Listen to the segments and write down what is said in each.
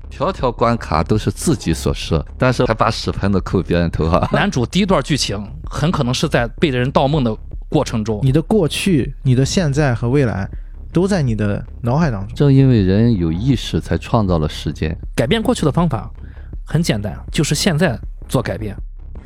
条条关卡都是自己所设，但是还把屎盆子扣别人头上。 男主第一段剧情很可能是在被人盗梦的过程中， 你的过去、你的现在和未来都在你的脑海当中。 正因为人有意识，才创造了时间。 改变过去的方法很简单，就是现在做改变。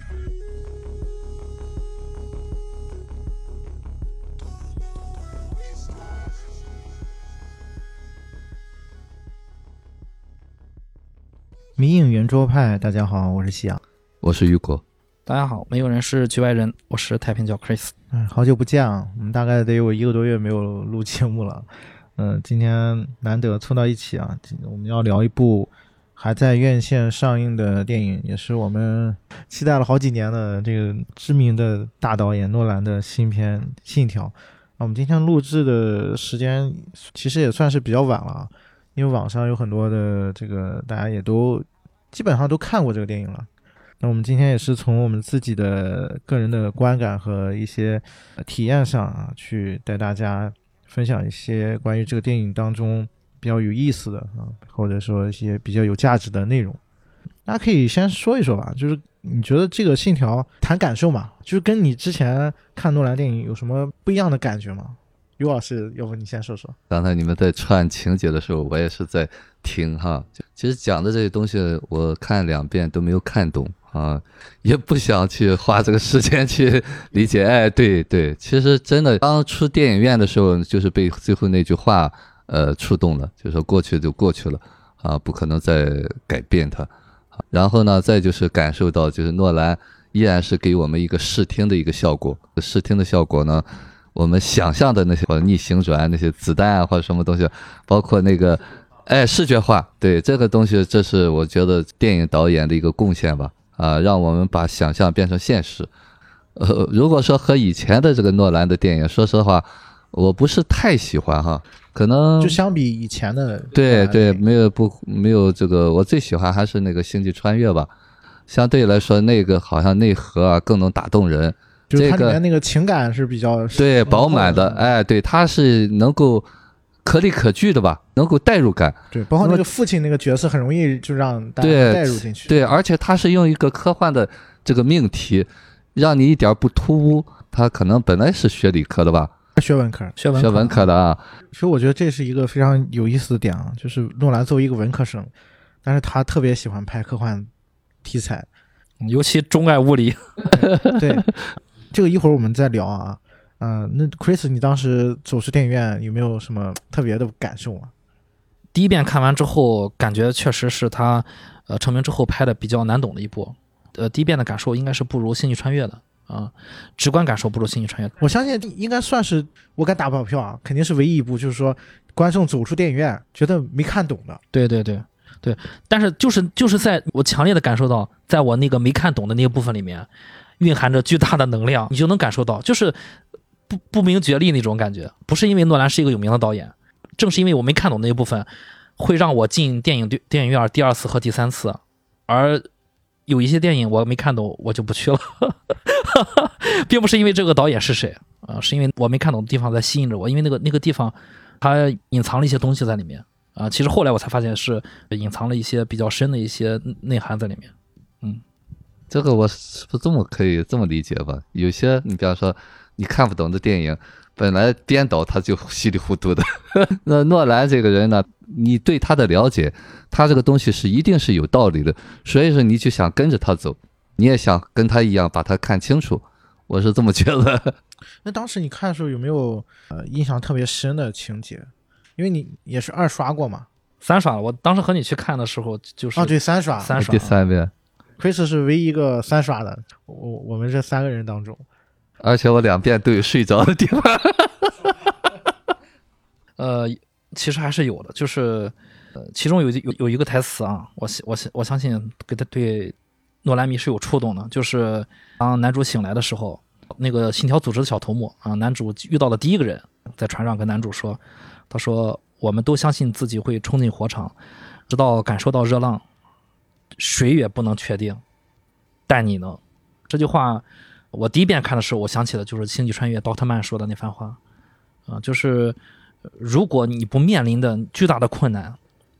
迷影圆桌派，大家好，我是夕阳， 我是雨果。 大家好，没有人是局外人，我是太平角 Chris。 好久不见啊，我们大概得有1个多月没有录节目了。今天难得凑到一起啊，我们要聊一部还在院线上映的电影，也是我们期待了好几年的这个知名的大导演诺兰的新片《信条》。我们今天录制的时间其实也算是比较晚了啊，因为网上有很多的这个大家也都基本上都看过这个电影了。那我们今天也是从我们自己的个人的观感和一些体验上啊，去带大家分享一些关于这个电影当中比较有意思的啊，或者说一些比较有价值的内容。大家可以先说一说吧，就是你觉得这个信条谈感受嘛，就是跟你之前看诺兰电影有什么不一样的感觉吗？尤老师，要不你先说说。 刚才你们在串情节的时候，我也是在听哈。其实讲的这些东西，我看2遍都没有看懂啊，也不想去花这个时间去理解。哎，对，其实真的刚出电影院的时候，就是被最后那句话触动了，就是说过去就过去了啊，不可能再改变它。然后呢，再就是感受到，就是诺兰依然是给我们一个视听的一个效果。视听的效果呢，我们想象的那些逆行转那些子弹啊或者什么东西，包括那个视觉化，对这个东西，这是我觉得电影导演的一个贡献吧，啊，让我们把想象变成现实。如果说和以前的这个诺兰的电影，说实话我不是太喜欢哈，可能就相比以前的， 对，没有这个，我最喜欢还是那个星际穿越吧，相对来说那个好像内核啊更能打动人， 就是它里面那个情感是比较对饱满的，哎，对，它是能够可理可据的吧，能够代入感。 对，包括那个父亲那个角色很容易就让大家代入进去。 对，而且它是用一个科幻的这个命题，让你一点不突兀。他可能本来是学理科的吧， 学文科的啊。 其实我觉得这是一个非常有意思的点啊，就是诺兰作为一个文科生，但是他特别喜欢拍科幻题材， 尤其钟爱物理。 对，这个一会儿我们再聊啊。那 Chris， 你当时走出电影院有没有什么特别的感受啊？ 第一遍看完之后，感觉确实是他成名之后拍的比较难懂的一部。第一遍的感受应该是不如《星际穿越》的啊，直观感受不如《星际穿越》。 我相信应该算是，我敢打保票啊，肯定是唯一一部就是说观众走出电影院觉得没看懂的。 对，但是就是在我强烈的感受到，在我那个没看懂的那个部分里面，蕴含着巨大的能量，你就能感受到，就是不明觉厉那种感觉。不是因为诺兰是一个有名的导演，正是因为我没看懂那一部分，会让我进电影院第2次和第3次，而有一些电影我没看懂，我就不去了，并不是因为这个导演是谁啊，是因为我没看懂的地方在吸引着我，因为那个地方它隐藏了一些东西在里面啊。其实后来我才发现是隐藏了一些比较深的一些内涵在里面。 这个我是不是可以这么理解吧？有些你比方说你看不懂的电影，本来编导他就稀里糊涂的。那诺兰这个人呢，你对他的了解，他这个东西是一定是有道理的，所以说你就想跟着他走，你也想跟他一样把他看清楚，我是这么觉得。 那当时你看的时候有没有印象特别深的情节？因为你也是2刷过嘛。 3刷了，我当时和你去看的时候就是对，3刷第3遍。 Chris 是唯一一个3刷的，我们这3个人当中， 而且我2遍都有睡着的地方。 其实还是有的，就是其中有一个台词啊，我相信对诺兰迷是有触动的，就是当男主醒来的时候，那个信条组织的小头目啊，男主遇到的第一个人在船上跟男主说，他说我们都相信自己会冲进火场，直到感受到热浪，谁也不能确定，但你能。这句话我第一遍看的时候，我想起的就是星际穿越奥特曼说的那番话啊，就是如果你不面临的巨大的困难，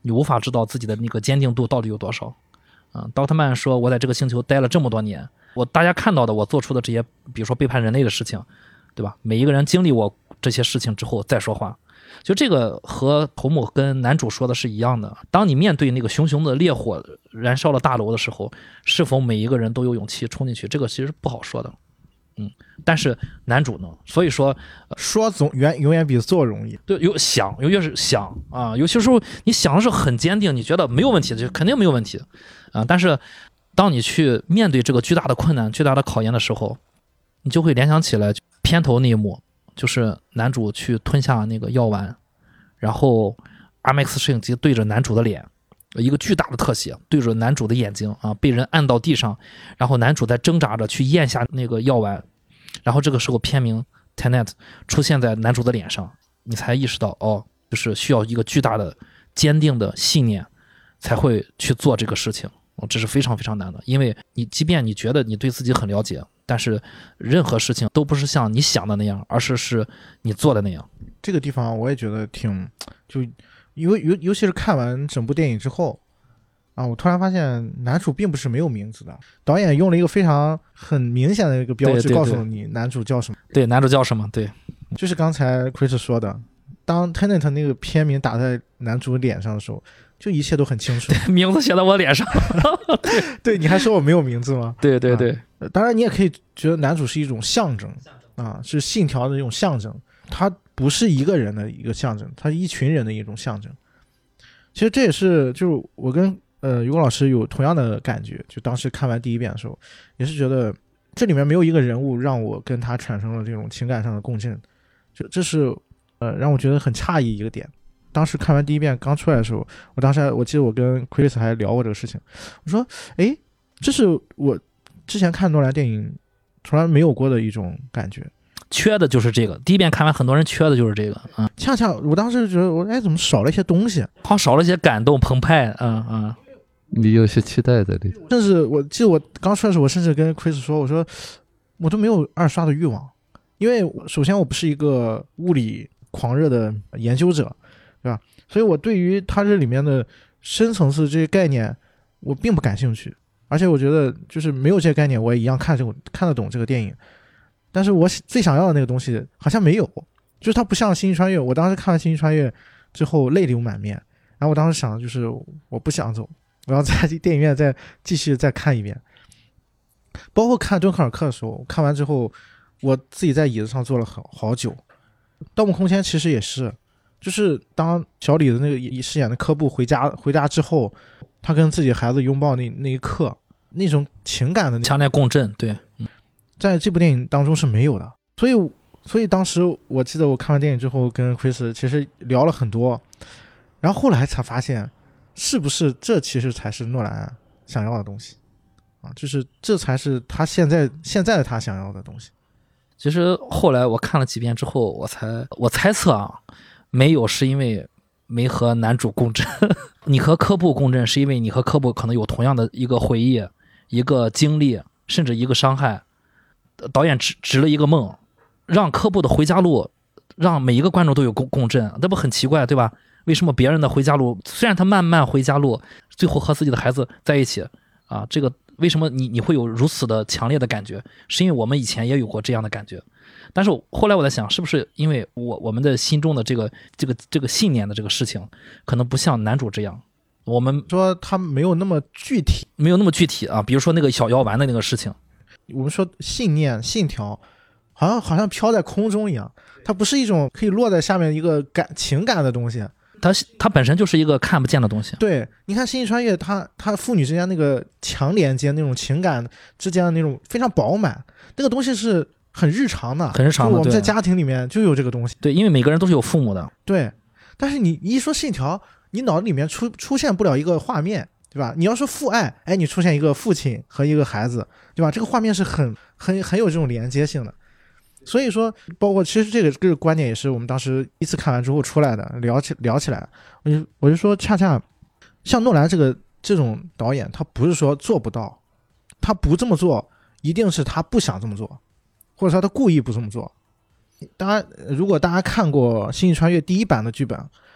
你无法知道自己的那个坚定度到底有多少。奥特曼说我在这个星球待了这么多年，大家看到的我做出的这些，比如说背叛人类的事情，对吧？每一个人经历我这些事情之后再说话。就这个和头目跟男主说的是一样的，当你面对那个熊熊的烈火燃烧了大楼的时候，是否每一个人都有勇气冲进去，这个其实是不好说的。但是男主呢，所以说说永远比做容易。 对，越是想啊，有些时候你想的是很坚定，你觉得没有问题，就肯定没有问题啊。但是当你去面对这个巨大的困难、巨大的考验的时候，你就会联想起来片头那一幕，就是男主去吞下那个药丸，然后 IMAX 摄影机对着男主的脸，一个巨大的特写对着男主的眼睛啊，被人按到地上，然后男主在挣扎着去咽下那个药丸，然后这个时候片名 Tenet 出现在男主的脸上，你才意识到就是需要一个巨大的坚定的信念才会去做这个事情。这是非常非常难的，因为即便你觉得你对自己很了解，但是任何事情都不是像你想的那样，而是你做的那样。 这个地方我也觉得尤其是看完整部电影之后啊，我突然发现男主并不是没有名字的，导演用了一个很明显的一个标志，告诉你男主叫什么。 对，男主叫什么？对， 就是刚才 Chris 说的，当 Tenet 那个片名打在男主脸上的时候，就一切都很清楚。 名字写在我脸上。 对，你还说我没有名字吗？ 对对对。 当然，你也可以觉得男主是一种象征啊，是信条的一种象征。他不是一个人的一个象征，他是一群人的一种象征。其实这也是，就是我跟于果老师有同样的感觉，就当时看完第一遍的时候，也是觉得这里面没有一个人物让我跟他产生了这种情感上的共振，这是让我觉得很诧异一个点。当时看完第一遍刚出来的时候，我记得我跟 Chris 还聊过这个事情，我说这是我之前看诺兰电影从来没有过的一种感觉， 缺的就是这个。第一遍看完，很多人缺的就是这个。 恰恰我当时觉得怎么少了一些东西， 好少了一些感动澎湃。 你有些期待在里头。 甚至我记得我刚出来的时候，我甚至跟 Chris 说，我说我都没有二刷的欲望，因为首先我不是一个物理狂热的研究者，对吧？所以我对于它这里面的深层次这些概念我并不感兴趣，而且我觉得就是没有这些概念我也一样看得懂这个电影。但是我最想要的那个东西好像没有，就是它不像星际穿越。我当时看完星际穿越之后泪流满面，然后我当时想的就是我不想走，我要在电影院继续再看一遍。包括看敦刻尔克的时候，看完之后我自己在椅子上坐了好久。盗梦空间其实也是，就是当小李的那个饰演的科布回家之后，他跟自己孩子拥抱那一刻，那种情感的强烈共振。对， 在这部电影当中是没有的。所以当时我记得我看完电影之后跟 Chris 其实聊了很多，然后后来才发现是不是这其实才是诺兰想要的东西啊，就是这才是他现在的他想要的东西。 其实后来我看了几遍之后，我猜测啊，没有是因为没和男主共振，你和科布共振是因为你和科布可能有同样的一个回忆、一个经历，甚至一个伤害。导演植了一个梦，让科布的回家路让每一个观众都有共振，这不很奇怪对吧？为什么别人的回家路虽然他慢慢回家路，最后和自己的孩子在一起啊，这个为什么你会有如此的强烈的感觉？是因为我们以前也有过这样的感觉。但是后来我在想，是不是因为我们的心中的这个信念的这个事情，可能不像男主这样，我们说他没有那么具体啊。比如说那个小药丸的那个事情， 我们说信念信条好像飘在空中一样，它不是一种可以落在下面一个情感的东西， 它本身就是一个看不见的东西。 对，你看星际穿越，它父女之间那个强连接，那种情感之间的那种非常饱满，那个东西是很日常的， 很日常的。 我们在家庭里面就有这个东西。 对，因为每个人都是有父母的。 对，但是你一说信条，你脑子里面出现不了一个画面，对吧？你要说父爱，你出现一个父亲和一个孩子，对吧？这个画面是很有这种连接性的。所以说，包括其实这个观点也是我们当时一次看完之后出来的，聊起来，我就说，恰恰像诺兰这种导演，他不是说做不到，他不这么做，一定是他不想这么做，或者说他故意不这么做。当然，如果大家看过《星际穿越》第一版的剧本，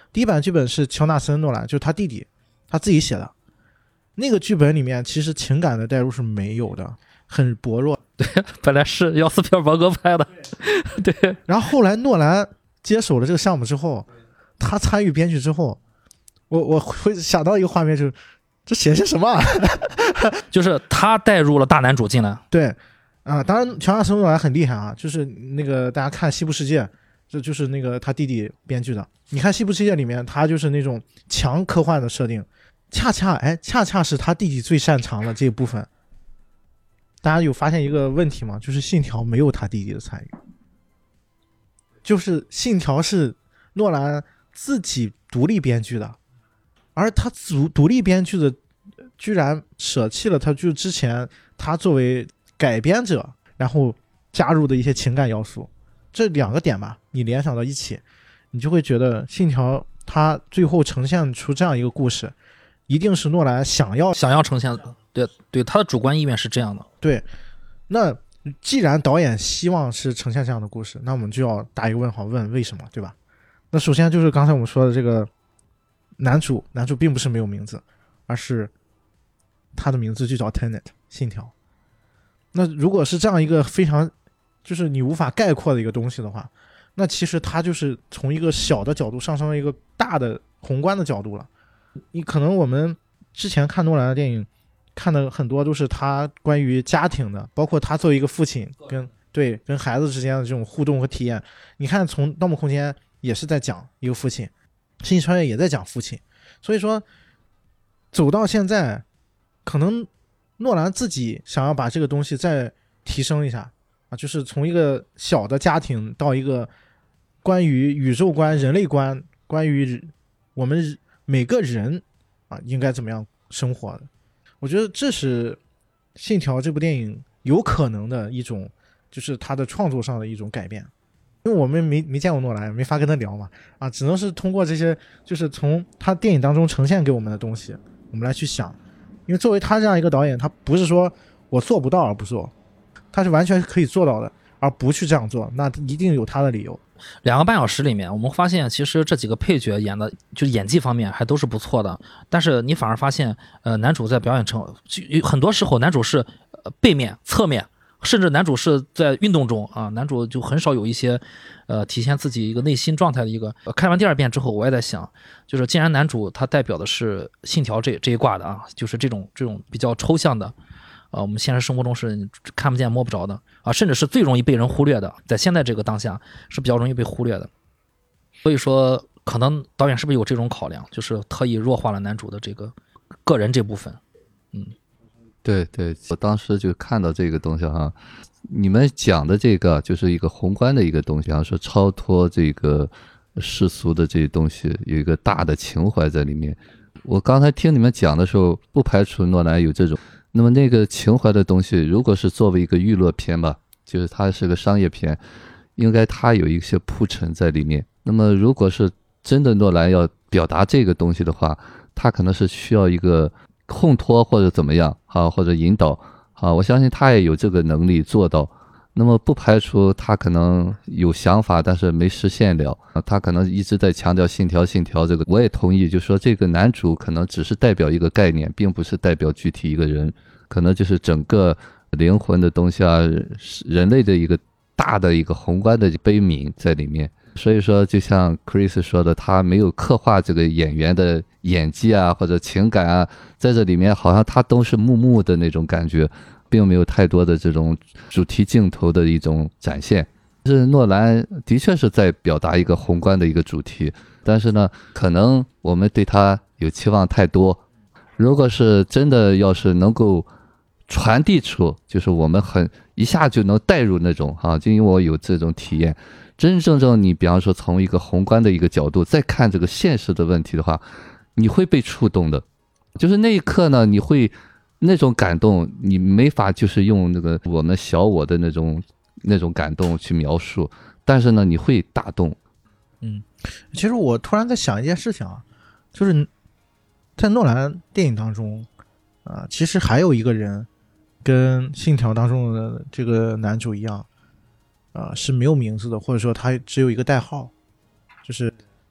第一版剧本是乔纳森·诺兰，就是他弟弟他自己写的，那个剧本里面其实情感的代入是没有的，很薄弱。 本来是要斯皮尔伯格拍的，对。 然后后来诺兰接手了这个项目之后，他参与编剧之后，我会想到一个画面，就是这写些什么啊？ 就是他带入了大男主进来。 对啊，当然乔纳森·诺兰很厉害啊，就是那个大家看《西部世界》，这就是那个他弟弟编剧的。你看《西部世界》里面，他就是那种强科幻的设定，恰恰是他弟弟最擅长的这一部分。大家有发现一个问题吗？就是《信条》没有他弟弟的参与，就是《信条》是诺兰自己独立编剧的，而他独立编剧的居然舍弃了他就之前他作为改编者然后加入的一些情感要素，这两个点吧，你联想到一起，你就会觉得《信条》它最后呈现出这样一个故事，一定是诺兰想要呈现的。对，他的主观意愿是这样的。 对，那既然导演希望是呈现这样的故事，那我们就要打一个问号，问为什么，对吧？那首先就是刚才我们说的这个男主并不是没有名字，而是他的名字就叫 Tenet 信条。那如果是这样一个非常就是你无法概括的一个东西的话，那其实它就是从一个小的角度上升了一个大的宏观的角度了。你可能我们之前看诺兰的电影看的很多都是他关于家庭的，包括他作为一个父亲跟孩子之间的这种互动和体验。你看从《盗梦空间》也是在讲一个父亲，《星际穿越》也在讲父亲，所以说走到现在，可能诺兰自己想要把这个东西再提升一下啊，就是从一个小的家庭到一个关于宇宙观、人类观，关于我们每个人啊应该怎么样生活的。我觉得这是《信条》这部电影有可能的一种，就是他的创作上的一种改变。因为我们没见过诺兰，没法跟他聊嘛，啊，只能是通过这些，就是从他电影当中呈现给我们的东西，我们来去想。因为作为他这样一个导演，他不是说我做不到而不做，他是完全可以做到的，而不去这样做，那一定有他的理由。 2个半小时里面，我们发现其实这几个配角演的就演技方面还都是不错的，但是你反而发现，男主在表演成很多时候男主是背面、侧面，甚至男主是在运动中啊，男主就很少有一些体现自己一个内心状态的一个。看完第2遍之后，我也在想，就是既然男主他代表的是信条这一挂的啊，就是这种比较抽象的。我们现实生活中是看不见摸不着的啊，甚至是最容易被人忽略的，在现在这个当下是比较容易被忽略的。所以说可能导演是不是有这种考量，就是特意弱化了男主的这个个人这部分。 对，我当时就看到这个东西哈，你们讲的这个就是一个宏观的一个东西啊，说超脱这个世俗的这些东西，有一个大的情怀在里面。我刚才听你们讲的时候，不排除诺兰有这种。那么那个情怀的东西，如果是作为一个娱乐片吧，就是它是个商业片，应该它有一些铺陈在里面。那么如果是真的诺兰要表达这个东西的话，他可能是需要一个烘托或者怎么样啊，或者引导啊，我相信他也有这个能力做到。那么不排除他可能有想法，但是没实现了啊，他可能一直在强调信条这个，我也同意，就是说这个男主可能只是代表一个概念，并不是代表具体一个人，可能就是整个灵魂的东西啊，人类的一个大的一个宏观的悲悯在里面。所以说就像 Chris 说的，他没有刻画这个演员的演技啊或者情感啊，在这里面好像他都是木木的那种感觉，并没有太多的这种主题镜头的一种展现。是诺兰的确是在表达一个宏观的一个主题，但是呢可能我们对他有期望太多。如果是真的要是能够传递出，就是我们一下就能带入那种啊，就因为我有这种体验，真正你比方说从一个宏观的一个角度再看这个现实的问题的话，你会被触动的。就是那一刻呢，你会那种感动，你没法就是用那个我们小我的那种感动去描述，但是呢你会打动。 其实我突然在想一件事情啊，就是在诺兰电影当中其实还有一个人跟信条当中的这个男主一样是没有名字的，或者说他只有一个代号，就是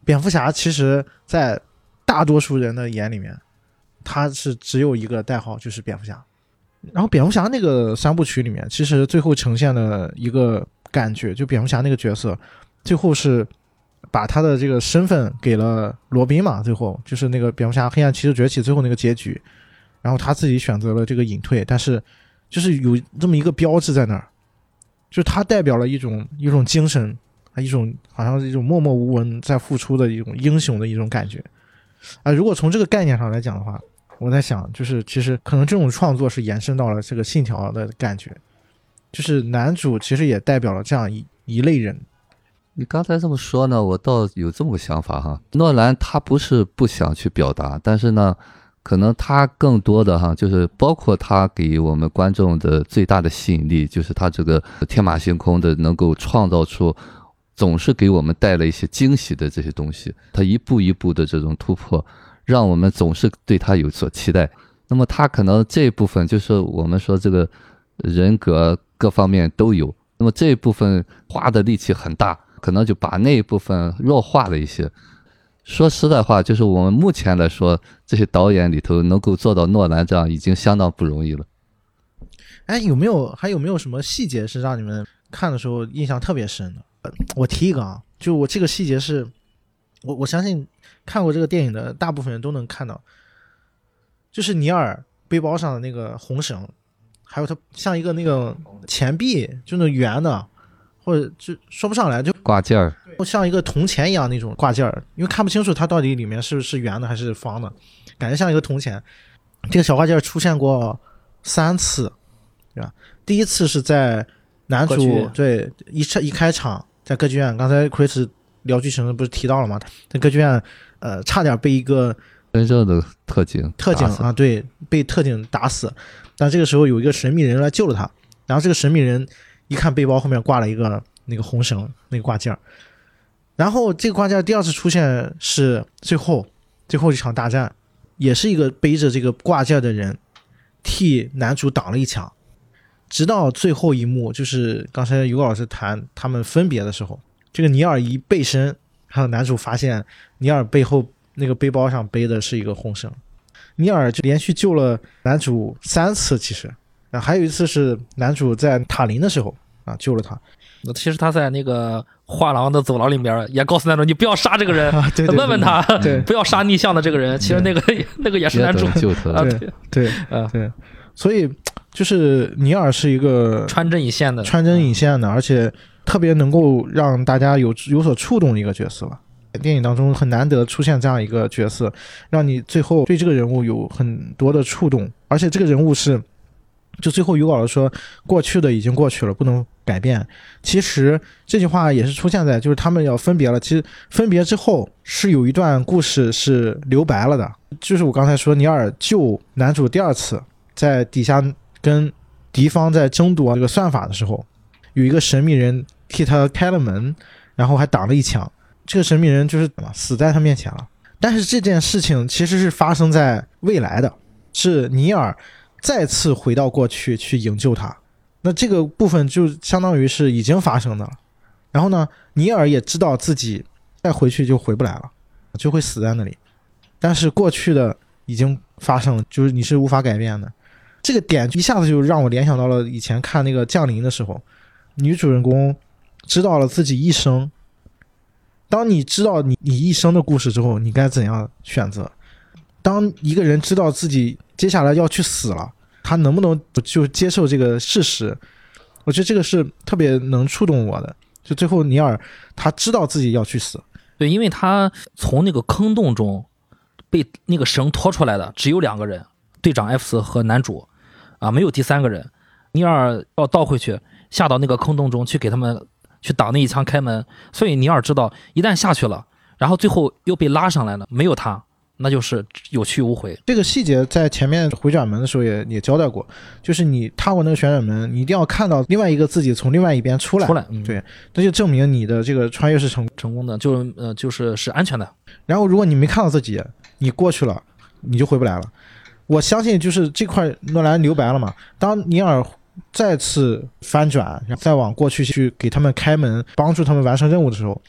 蝙蝠侠其实在大多数人的眼里面，他是只有一个代号，就是蝙蝠侠。然后蝙蝠侠那个3部曲里面，其实最后呈现的一个感觉，就蝙蝠侠那个角色，最后是把他的这个身份给了罗宾嘛，最后就是那个蝙蝠侠黑暗骑士崛起最后那个结局，然后他自己选择了这个隐退，但是就是有这么一个标志在那儿，就是他代表了一种精神，一种好像是一种默默无闻在付出的一种英雄的一种感觉如果从这个概念上来讲的话，我在想，就是其实可能这种创作是延伸到了这个信条的感觉，就是男主其实也代表了这样一类人。 你刚才这么说呢，我倒有这么个想法哈。诺兰他不是不想去表达，但是呢，可能他更多的哈，就是包括他给我们观众的最大的吸引力，就是他这个天马行空的能够创造出总是给我们带来一些惊喜的这些东西，他一步一步的这种突破，让我们总是对他有所期待。那么他可能这一部分就是我们说这个人格各方面都有，那么这一部分花的力气很大，可能就把那一部分弱化了一些。说实在话，就是我们目前来说，这些导演里头能够做到诺兰这样已经相当不容易了。 还有没有什么细节是让你们看的时候印象特别深的？我提一个啊，就我这个细节是我相信看过这个电影的大部分人都能看到，就是尼尔背包上的那个红绳，还有它像一个那个钱币，就那圆的，或者就说不上来，就挂件儿， 像一个铜钱一样那种挂件儿，因为看不清楚它到底里面是圆的还是方的，感觉像一个铜钱。这个小挂件出现过3次，对吧？第一次是在男主对一开场在歌剧院，刚才 Chris 聊剧情不是提到了吗？在歌剧院差点被一个真正的特警啊，对，被特警打死。但这个时候有一个神秘人来救了他，然后这个神秘人一看背包后面挂了一个那个红绳，那个挂件，然后这个挂件第2次出现是最后一场大战，也是一个背着这个挂件的人替男主挡了一枪，直到最后一幕，就是刚才尤老师谈他们分别的时候，这个尼尔一背身，然后男主发现尼尔背后那个背包上背的是一个红绳，尼尔就连续救了男主3次，其实还有一次是男主在塔林的时候救了他。 其实他在那个画廊的走廊里面也告诉男主你不要杀这个人， 对问问他对不要杀逆向的这个人，其实那个也是男主救他对，所以就是尼尔是一个穿针引线的， 而且特别能够让大家有所触动的一个角色吧。电影当中很难得出现这样一个角色，让你最后对这个人物有很多的触动，而且这个人物是就最后有老师说过去的已经过去了，不能改变。其实这句话也是出现在就是他们要分别了，其实分别之后是有一段故事是留白了的，就是我刚才说尼尔救男主第2次在底下跟敌方在争夺这个算法的时候，有一个神秘人替他开了门，然后还挡了一枪，这个神秘人就是死在他面前了。但是这件事情其实是发生在未来的，是尼尔再次回到过去去营救他，那这个部分就相当于是已经发生的了。然后呢，尼尔也知道自己再回去就回不来了，就会死在那里，但是过去的已经发生了，就是你是无法改变的。这个点一下子就让我联想到了以前看那个降临的时候，女主人公知道了自己一生，当你知道你一生的故事之后，你该怎样选择？当一个人知道自己接下来要去死了，他能不能就接受这个事实？我觉得这个是特别能触动我的。就最后尼尔他知道自己要去死， 对，因为他从那个坑洞中被那个绳拖出来的只有2个人，队长 F 4和男主没有第3个人。尼尔要倒回去下到那个坑洞中去给他们去挡那一枪开门，所以尼尔知道一旦下去了，然后最后又被拉上来了，没有他那就是有去无回。 这个细节在前面回转门的时候也交代过，就是你踏过那个旋转门，你一定要看到另外一个自己从另外一边出来，对，这就证明你的这个穿越是成功的，就是安全的。 然后如果你没看到自己，你过去了，你就回不来了。我相信就是这块诺兰留白了嘛，当尼尔再次翻转再往过去去给他们开门帮助他们完成任务的时候，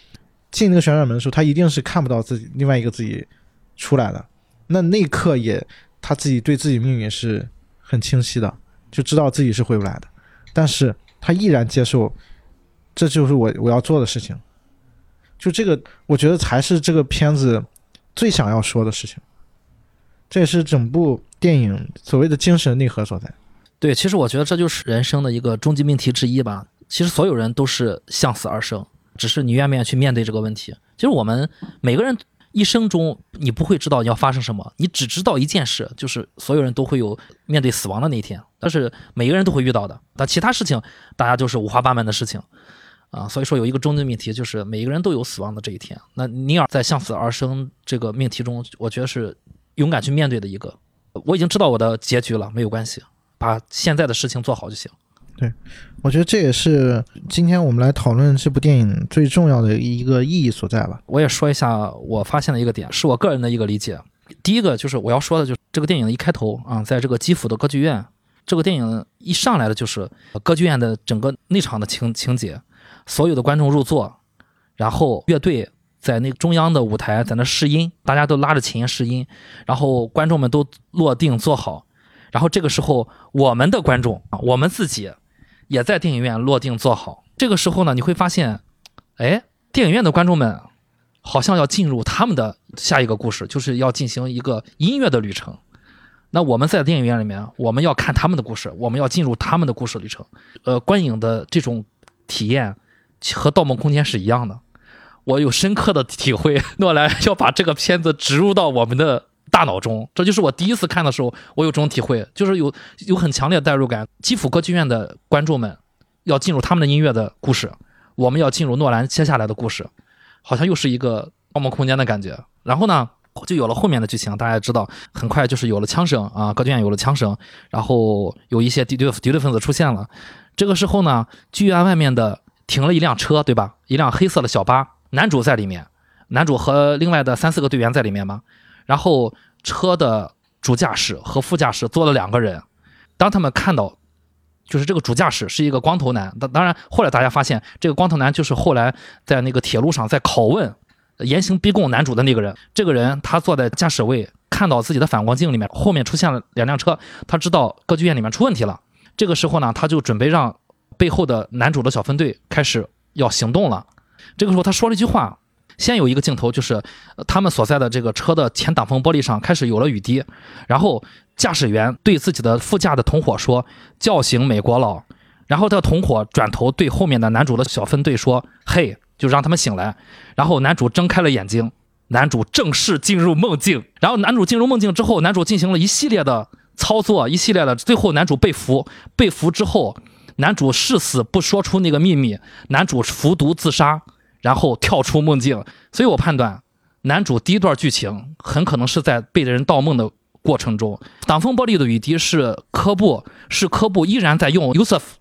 进那个旋转门的时候，他一定是看不到自己另外一个自己出来的。那一刻也他自己对自己命运是很清晰的，就知道自己是回不来的，但是他依然接受，这就是我要做的事情。就这个，我觉得才是这个片子最想要说的事情，这也是整部电影所谓的精神内核所在。 对，其实我觉得这就是人生的一个终极命题之一吧。其实所有人都是向死而生，只是你愿不愿意去面对这个问题。其实我们每个人一生中，你不会知道要发生什么，你只知道一件事，就是所有人都会有面对死亡的那一天，但是每个人都会遇到的。但其他事情，大家就是五花八门的事情啊。所以说有一个终极命题，就是每一个人都有死亡的这一天。那尼尔在向死而生这个命题中，我觉得是勇敢去面对的一个。我已经知道我的结局了，没有关系，把现在的事情做好就行。 对，我觉得这也是今天我们来讨论这部电影最重要的一个意义所在吧。 我也说一下我发现的一个点，是我个人的一个理解。第一个就是我要说的，就是这个电影的一开头啊，在这个基辅的歌剧院，这个电影一上来的就是歌剧院的整个内场的情节，所有的观众入座，然后乐队在那个中央的舞台在那试音，大家都拉着琴试音，然后观众们都落定坐好，然后这个时候我们的观众，我们自己也在电影院落定坐好。这个时候呢，你会发现，哎，电影院的观众们好像要进入他们的下一个故事，就是要进行一个音乐的旅程。那我们在电影院里面，我们要看他们的故事，我们要进入他们的故事旅程。观影的这种体验和《盗梦空间》是一样的。我有深刻的体会，诺兰要把这个片子植入到我们的大脑中，这就是我第一次看的时候，我有这种体会，就是有很强烈的代入感。基辅歌剧院的观众们要进入他们的音乐的故事，我们要进入诺兰接下来的故事，好像又是一个《盗梦空间》的感觉。然后呢，就有了后面的剧情，大家也知道，很快就是有了枪声啊，歌剧院有了枪声，然后有一些敌对分子出现了。这个时候呢，剧院外面的停了一辆车，对吧？一辆黑色的小巴，男主在里面，男主和另外的3-4个队员在里面嘛。然后车的主驾驶和副驾驶坐了2个人，当他们看到就是这个主驾驶是一个光头男，当然后来大家发现这个光头男就是后来在那个铁路上在拷问严刑逼供男主的那个人。这个人他坐在驾驶位，看到自己的反光镜里面后面出现了2辆车，他知道歌剧院里面出问题了。这个时候呢，他就准备让背后的男主的小分队开始要行动了。这个时候他说了一句话，先有一个镜头，就是他们所在的这个车的前挡风玻璃上开始有了雨滴，然后驾驶员对自己的副驾的同伙说叫醒美国佬，然后这个同伙转头对后面的男主的小分队说嘿，就让他们醒来。然后男主睁开了眼睛，男主正式进入梦境。然后男主进入梦境之后，男主进行了一系列的操作，一系列的，最后男主被俘之后，男主誓死不说出那个秘密，男主服毒自杀，然后跳出梦境。所以我判断男主第一段剧情很可能是在被人盗梦的过程中，挡风玻璃的雨滴是科布依然在用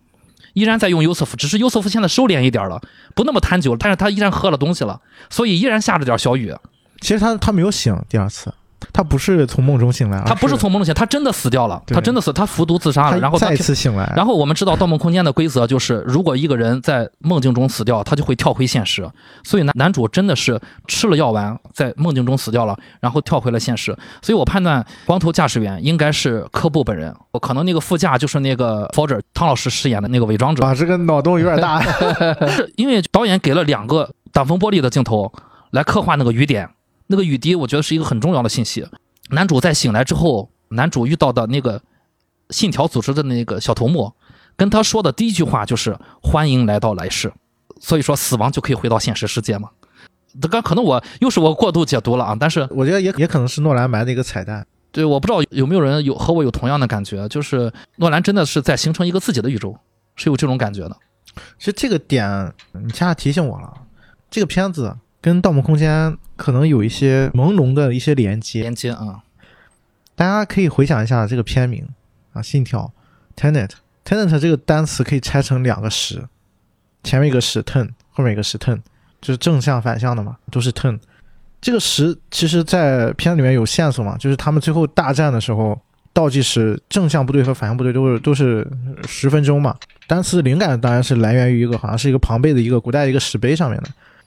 Yusuf， 只是 Yusuf 现在收敛一点了，不那么贪酒，但是他依然喝了东西了，所以依然下着点小雨。 其实他没有醒，第2次他不是从梦中醒来， 他不是从梦中醒，他真的死掉了，他真的死，他服毒自杀了，然后再次醒来。 然后我们知道《盗梦空间》的规则就是，如果一个人在梦境中死掉，他就会跳回现实。所以男主真的是吃了药丸，在梦境中死掉了，然后跳回了现实。所以我判断光头驾驶员应该是科布本人，可能那个副驾就是那个 Forger 汤老师饰演的那个伪装者。 这个脑洞有点大。 是因为导演给了2个挡风玻璃的镜头来刻画那个雨点，那个雨滴，我觉得是一个很重要的信息。男主在醒来之后，男主遇到的那个信条组织的那个小头目跟他说的第一句话就是欢迎来到来世。所以说死亡就可以回到现实世界嘛。这个可能又是我过度解读了啊，但是我觉得也可能是诺兰埋的一个彩蛋。 对，我不知道有没有人和我有同样的感觉，就是诺兰真的是在形成一个自己的宇宙，是有这种感觉的。 其实这个点你恰恰提醒我了，这个片子跟《盗梦空间》可能有一些朦胧的一些连接啊。 大家可以回想一下这个片名啊，信条 Tenet 这个单词可以拆成2个十，前面一个是 ten， 后面一个是 ten， 就是正向反向的嘛，都是 ten。这个十其实在片里面有线索嘛，就是他们最后大战的时候，倒计时正向部队和反向部队都是10分钟嘛。单词灵感当然是来源于一个好像是一个庞贝的一个古代一个石碑上面的。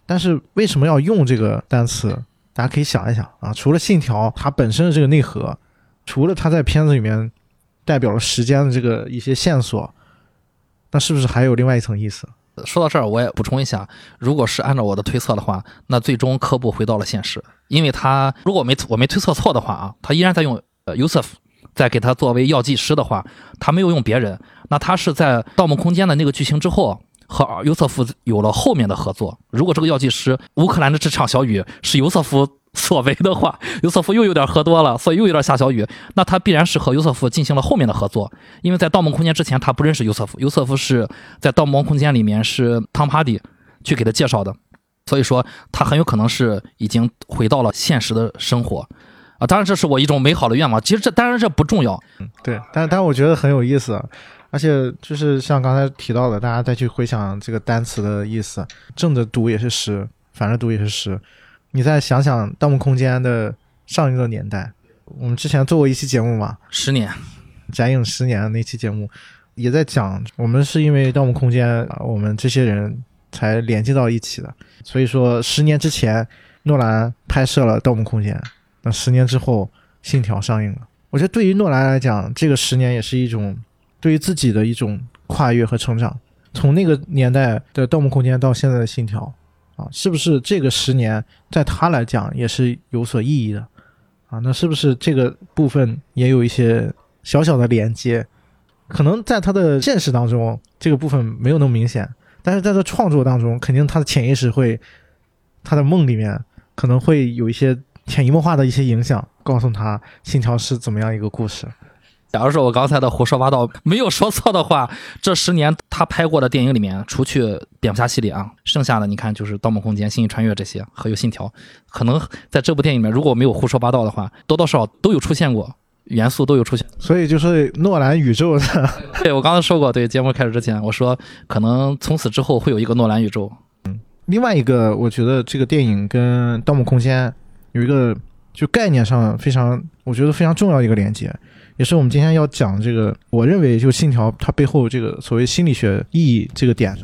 但是为什么要用这个单词？大家可以想一想啊，除了信条它本身的这个内核，除了它在片子里面代表了时间的这个一些线索，那是不是还有另外一层意思？ 说到这儿，我也补充一下，如果是按照我的推测的话，那最终科布回到了现实，因为他如果我没推测错的话啊，他依然在用Yusuf， 在给他作为药剂师的话，他没有用别人，那他是在《盗梦空间》的那个剧情之后和尤瑟夫有了后面的合作。如果这个药剂师乌克兰的这场小雨是尤瑟夫所为的话，尤瑟夫又有点喝多了，所以又有点下小雨，那他必然是和尤瑟夫进行了后面的合作。因为在《盗梦空间》之前他不认识尤瑟夫，尤瑟夫是在《盗梦空间》里面是汤帕迪去给他介绍的，所以说他很有可能是已经回到了现实的生活啊。当然这是我一种美好的愿望，其实当然这不重要， 对，但我觉得很有意思，而且就是像刚才提到的，大家再去回想这个单词的意思，正着读也是诗，反着读也是诗。你再想想《盗梦空间》的上映的年代，我们之前做过一期节目嘛 10年， 展影10年的那期节目，也在讲我们是因为《盗梦空间》我们这些人才连接到一起的。所以说10年之前诺兰拍摄了《盗梦空间》，那10年之后《信条》上映了。我觉得对于诺兰来讲，这个10年也是一种对于自己的一种跨越和成长，从那个年代的《盗梦空间》到现在的《信条》啊，是不是这个10年在他来讲也是有所意义的啊？那是不是这个部分也有一些小小的连接？可能在他的现实当中这个部分没有那么明显，但是在他创作当中，肯定他的潜意识会，他的梦里面可能会有一些潜移默化的一些影响，告诉他《信条》是怎么样一个故事。 假如说我刚才的胡说八道没有说错的话，这10年他拍过的电影里面，除去蝙蝠侠系列啊，剩下的你看就是《盗梦空间》、《星际穿越》这些，还有《信条》，可能在这部电影里面，如果我没有胡说八道的话，多多少少都有出现过，元素都有出现。 所以就是诺兰宇宙的。 对，我刚才说过，对，节目开始之前我说，可能从此之后会有一个诺兰宇宙。 另外一个，我觉得这个电影跟《盗梦空间》有一个就概念上非常，我觉得非常重要的一个连接。也是我们今天要讲这个，我认为就信条它背后这个所谓心理学意义这个点上。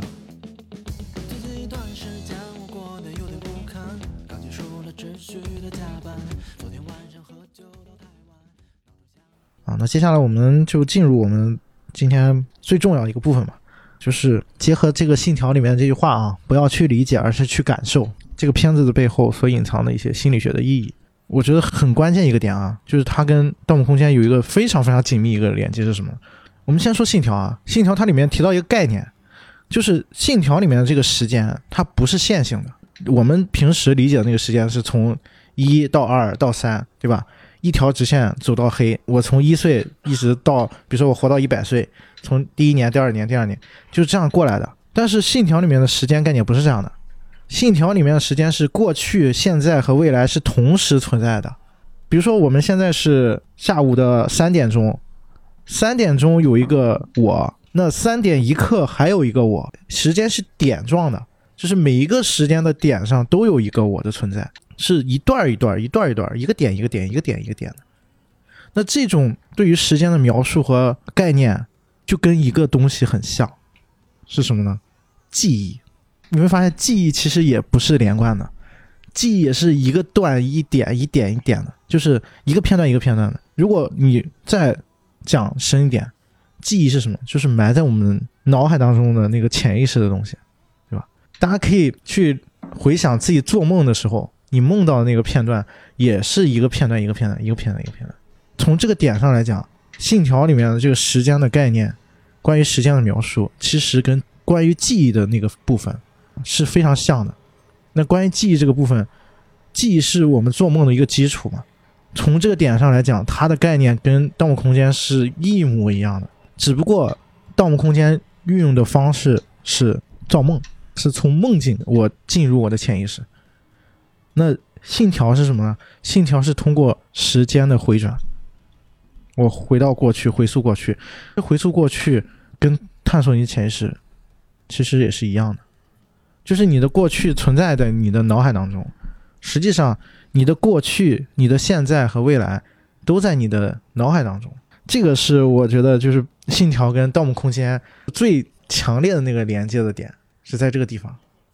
那接下来我们就进入我们今天最重要的一个部分嘛，就是结合这个信条里面的这句话啊，不要去理解，而是去感受这个片子的背后所隐藏的一些心理学的意义。我觉得很关键一个点啊，就是它跟《盗梦空间》有一个非常非常紧密一个连接是什么？我们先说信条啊，信条它里面提到一个概念，就是信条里面的这个时间它不是线性的。我们平时理解的那个时间是从1到2到3，对吧？一条直线走到黑，我从1岁一直到，比如说我活到100岁，从第1年、第2年、第2年，就是这样过来的。但是信条里面的时间概念不是这样的。信条里面的时间是过去、现在和未来是同时存在的。比如说我们现在是下午的3点钟，3点钟有一个我，那3点1刻还有一个我，时间是点状的，就是每一个时间的点上都有一个我的存在，是一段一段一段一段，一个点一个点一个点一个点的。那这种对于时间的描述和概念就跟一个东西很像，是什么呢？记忆。你会发现记忆其实也不是连贯的，记忆也是一个段一点一点一点的，就是一个片段一个片段的。如果你再讲深一点，记忆是什么？就是埋在我们脑海当中的那个潜意识的东西，对吧？大家可以去回想自己做梦的时候，你梦到的那个片段也是一个片段一个片段一个片段一个片段。从这个点上来讲，信条里面的这个时间的概念，关于时间的描述，其实跟关于记忆的那个部分是非常像的。那关于记忆这个部分，记忆是我们做梦的一个基础嘛。从这个点上来讲，它的概念跟《盗梦空间》是一模一样的，只不过《盗梦空间》运用的方式是造梦，是从梦境我进入我的潜意识。那信条是什么呢？信条是通过时间的回转，我回到过去，回溯过去，回溯过去跟探索你的潜意识其实也是一样的，就是你的过去存在在你的脑海当中，实际上你的过去、你的现在和未来都在你的脑海当中。这个是我觉得就是信条跟盗梦空间最强烈的那个连接的点，是在这个地方。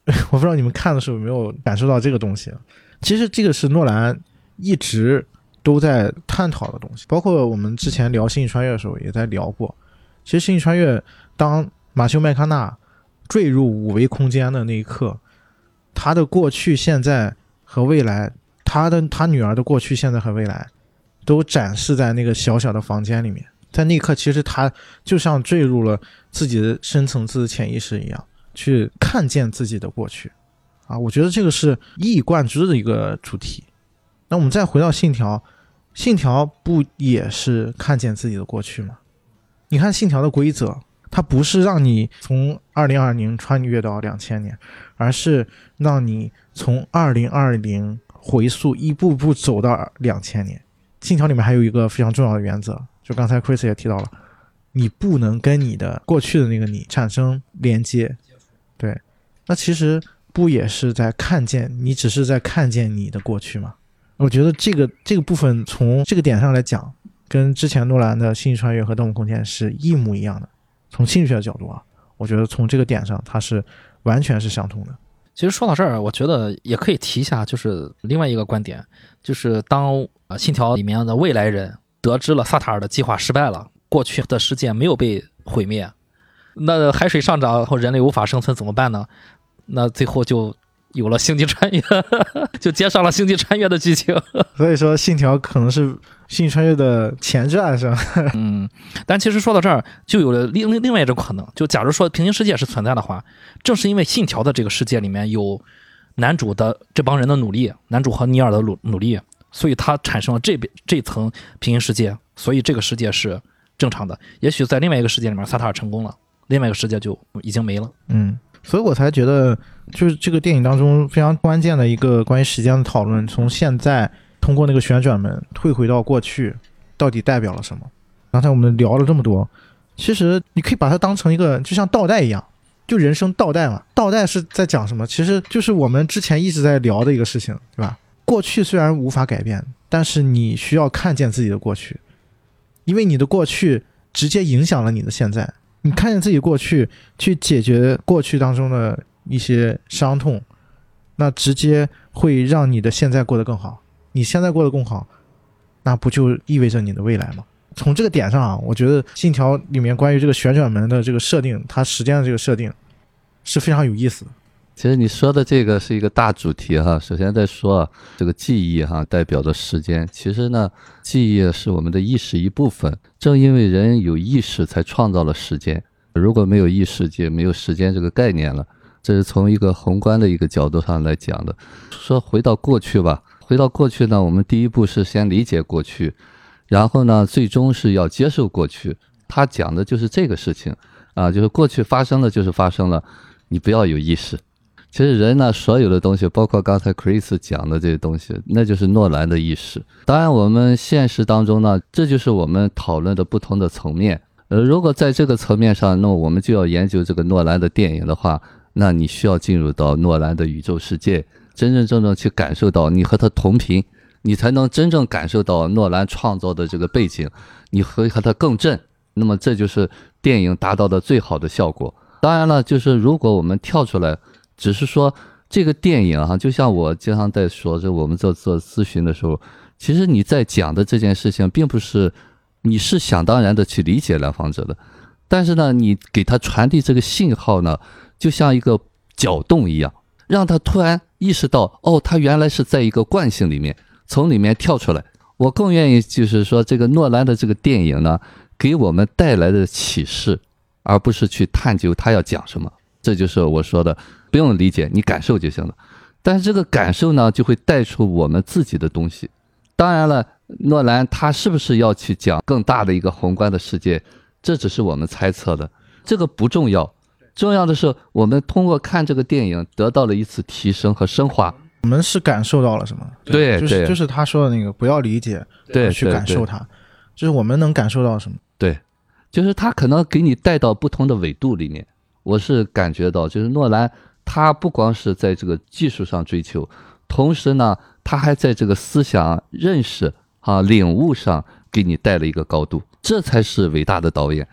我不知道你们看的时候有没有感受到这个东西。其实这个是诺兰一直都在探讨的东西，包括我们之前聊《星际穿越》的时候也在聊过。其实《星际穿越》当马修麦康纳坠入五维空间的那一刻，他的过去、现在和未来，他女儿的过去、现在和未来，都展示在那个小小的房间里面。在那一刻，其实他就像坠入了自己的深层次的潜意识一样，去看见自己的过去。我觉得这个是一以贯之的一个主题。那我们再回到信条，信条不也是看见自己的过去吗？你看信条的规则，它不是让你从2020穿越到2000年，而是让你从2020回溯一步步走到2000年。信条里面还有一个非常重要的原则，就刚才 Chris 也提到了，你不能跟你的过去的那个你产生连接。对，那其实不也是在看见，你只是在看见你的过去吗？我觉得这个部分从这个点上来讲，跟之前诺兰的《星际穿越》和《盗梦空间》是一模一样的。从心理学的角度我觉得从这个点上它是完全是相通的。 其实说到这儿，我觉得也可以提一下，就是另外一个观点，就是当信条里面的未来人得知了萨塔尔的计划失败了，过去的世界没有被毁灭，那海水上涨后人类无法生存怎么办呢？那最后就有了星际穿越，就接上了星际穿越的剧情。 所以说信条可能是星际穿越的前传是吧？ 但其实说到这儿，就有了另外一种可能，就假如说平行世界是存在的话，正是因为信条的这个世界里面有男主的这帮人的努力，男主和尼尔的努力，所以他产生了这层平行世界，所以这个世界是正常的。也许在另外一个世界里面萨塔尔成功了，另外一个世界就已经没了。 所以我才觉得就是这个电影当中非常关键的一个关于时间的讨论，从现在通过那个旋转门退回到过去到底代表了什么。刚才我们聊了这么多，其实你可以把它当成一个就像倒带一样，就人生倒带嘛。倒带是在讲什么？其实就是我们之前一直在聊的一个事情，对吧？过去虽然无法改变，但是你需要看见自己的过去，因为你的过去直接影响了你的现在。你看见自己过去，去解决过去当中的一些伤痛，那直接会让你的现在过得更好。你现在过得更好，那不就意味着你的未来吗？从这个点上我觉得信条里面关于这个旋转门的这个设定，它时间的这个设定是非常有意思的。 其实你说的这个是一个大主题首先在说这个记忆代表的时间，其实呢记忆是我们的意识一部分，正因为人有意识才创造了时间，如果没有意识就没有时间这个概念了。这是从一个宏观的一个角度上来讲的。说回到过去吧，回到过去呢，我们第一步是先理解过去，然后呢最终是要接受过去。他讲的就是这个事情就是过去发生了就是发生了，你不要有意识。其实人呢，所有的东西，包括刚才 Chris 讲的这些东西，那就是诺兰的意识。当然我们现实当中呢，这就是我们讨论的不同的层面。如果在这个层面上，那我们就要研究这个诺兰的电影的话，那你需要进入到诺兰的宇宙世界，真真正正去感受到你和他同频，你才能真正感受到诺兰创造的这个背景，你和他更正，那么这就是电影达到的最好的效果。当然了，就是如果我们跳出来只是说这个电影就像我经常在说，这我们做咨询的时候，其实你在讲的这件事情并不是你是想当然的去理解来访者的，但是呢你给他传递这个信号呢，就像一个搅动一样，让他突然意识到他原来是在一个惯性里面，从里面跳出来。我更愿意就是说这个诺兰的这个电影呢给我们带来的启示，而不是去探究他要讲什么。这就是我说的，不用理解，你感受就行了。但是这个感受呢，就会带出我们自己的东西。当然了，诺兰他是不是要去讲更大的一个宏观的世界，这只是我们猜测的，这个不重要。重要的是我们通过看这个电影得到了一次提升和升华。 我们是感受到了什么？ 对， 就是他说的那个不要理解， 对， 去感受它，就是我们能感受到什么？ 对，就是他可能给你带到不同的纬度里面。我是感觉到就是诺兰他不光是在这个技术上追求，同时呢他还在这个思想认识领悟上给你带了一个高度，这才是伟大的导演。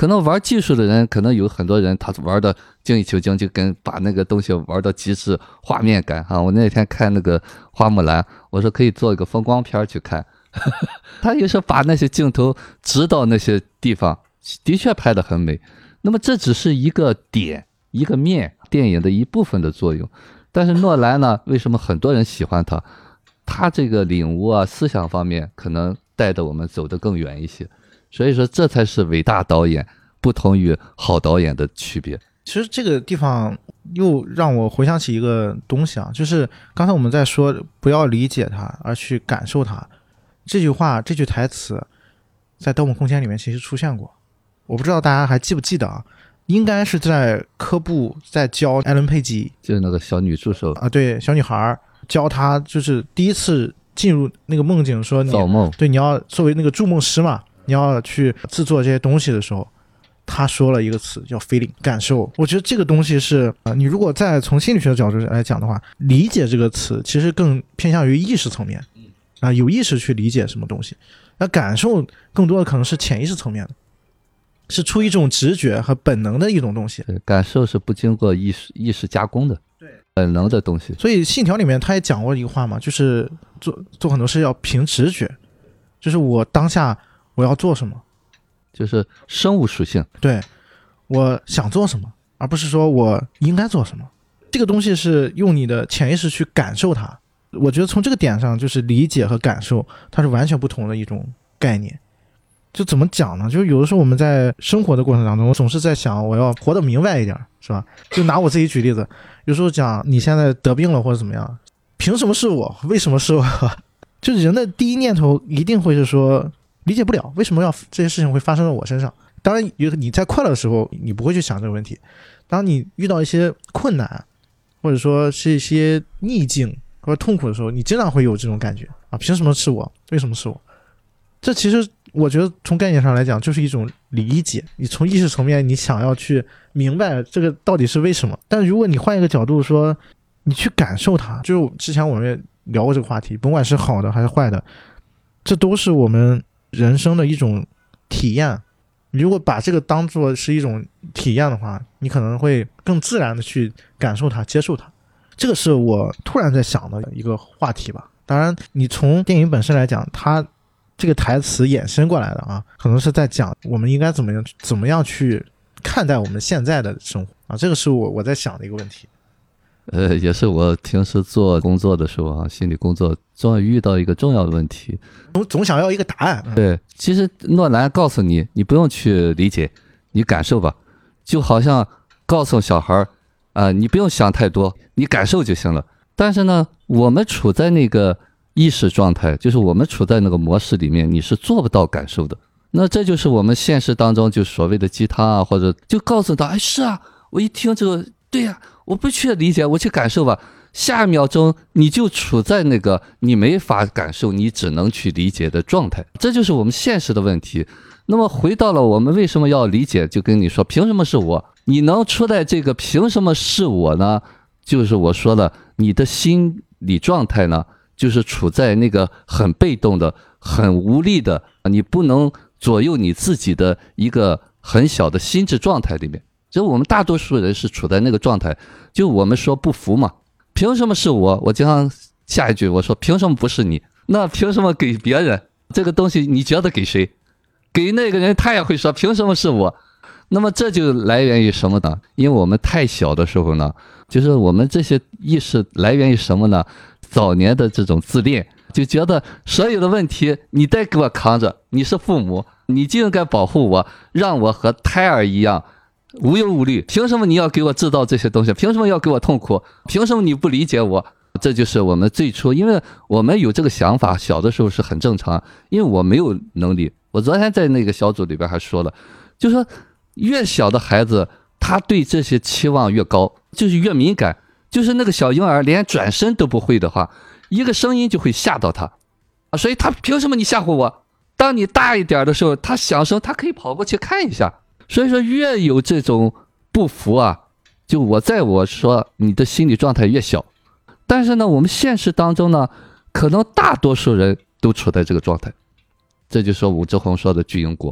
可能玩技术的人，可能有很多人他玩的精益求精，就跟把那个东西玩到极致，画面感哈。我那天看那个花木兰，我说可以做一个风光片去看，他也是把那些镜头直到那些地方，的确拍得很美。那么这只是一个点，一个面，电影的一部分的作用。但是诺兰呢，为什么很多人喜欢他？他这个领悟啊，思想方面可能带着我们走得更远一些。所以说，这才是伟大导演不同于好导演的区别。 其实这个地方又让我回想起一个东西啊，就是刚才我们在说不要理解它，而去感受它。这句话，这句台词，在《盗梦空间》里面其实出现过。我不知道大家还记不记得啊？应该是在科布在教艾伦佩吉， 就是那个小女助手啊，对，小女孩教她，就是第一次进入那个梦境，说你造梦， 对，你要作为那个筑梦师嘛，你要去制作这些东西的时候，他说了一个词叫 feeling 感受。我觉得这个东西是你如果再从心理学的角度来讲的话，理解这个词其实更偏向于意识层面有意识去理解什么东西，那感受更多的可能是潜意识层面的，是出于一种直觉和本能的一种东西。 感受是不经过意识加工的，对，本能的东西。 所以信条里面他也讲过一个话嘛，就是做很多事要凭直觉，就是我当下我要做什么， 就是生物属性， 对，我想做什么，而不是说我应该做什么。这个东西是用你的潜意识去感受它。我觉得从这个点上，就是理解和感受它是完全不同的一种概念。就怎么讲呢？就是有的时候我们在生活的过程当中，我总是在想我要活得明白一点，是吧？就拿我自己举例子，有时候讲你现在得病了或者怎么样，凭什么是我？为什么是我？就人的第一念头一定会是说理解不了为什么要这些事情会发生在我身上。当然你在快乐的时候你不会去想这个问题，当你遇到一些困难或者说是一些逆境或者痛苦的时候，你经常会有这种感觉啊，凭什么是我？为什么是我？这其实我觉得从概念上来讲就是一种理解，你从意识层面你想要去明白这个到底是为什么。但如果你换一个角度说，你去感受它，就是之前我们也聊过这个话题，甭管是好的还是坏的，这都是我们人生的一种体验。你如果把这个当作是一种体验的话，你可能会更自然的去感受它，接受它。这个是我突然在想的一个话题吧。当然你从电影本身来讲，它这个台词衍生过来的啊，可能是在讲我们应该怎么样去看待我们现在的生活啊，这个是我在想的一个问题。 也是我平时做工作的时候啊，心理工作总要遇到一个重要的问题， 总想要一个答案。 对，其实诺兰告诉你，你不用去理解，你感受吧，就好像告诉小孩你不用想太多，你感受就行了。但是呢，我们处在那个意识状态，就是我们处在那个模式里面，你是做不到感受的。那这就是我们现实当中就所谓的鸡汤啊，或者就告诉他，哎，是啊，我一听这个，对呀，我不去理解，我去感受吧。下一秒钟你就处在那个你没法感受，你只能去理解的状态，这就是我们现实的问题。那么回到了我们为什么要理解，就跟你说，凭什么是我？你能出来这个凭什么是我呢？就是我说了，你的心理状态呢，就是处在那个很被动的、很无力的，你不能左右你自己的一个很小的心智状态里面。就我们大多数人是处在那个状态，就我们说不服嘛，凭什么是我？我经常下一句我说凭什么不是你？那凭什么给别人？这个东西你觉得给谁？给那个人他也会说凭什么是我？那么这就来源于什么呢？因为我们太小的时候呢，就是我们这些意识来源于什么呢？早年的这种自恋，就觉得所有的问题你得给我扛着，你是父母，你就应该保护我，让我和胎儿一样无忧无虑。凭什么你要给我制造这些东西？凭什么要给我痛苦？凭什么你不理解我？这就是我们最初，因为我们有这个想法，小的时候是很正常，因为我没有能力。我昨天在那个小组里边还说了，就说越小的孩子他对这些期望越高，就是越敏感。就是那个小婴儿连转身都不会的话，一个声音就会吓到他所以他凭什么你吓唬我？当你大一点的时候，他响声他可以跑过去看一下。所以说越有这种不服就我说你的心理状态越小。但是呢，我们现实当中呢，可能大多数人都处在这个状态。这就是武志红说的巨婴国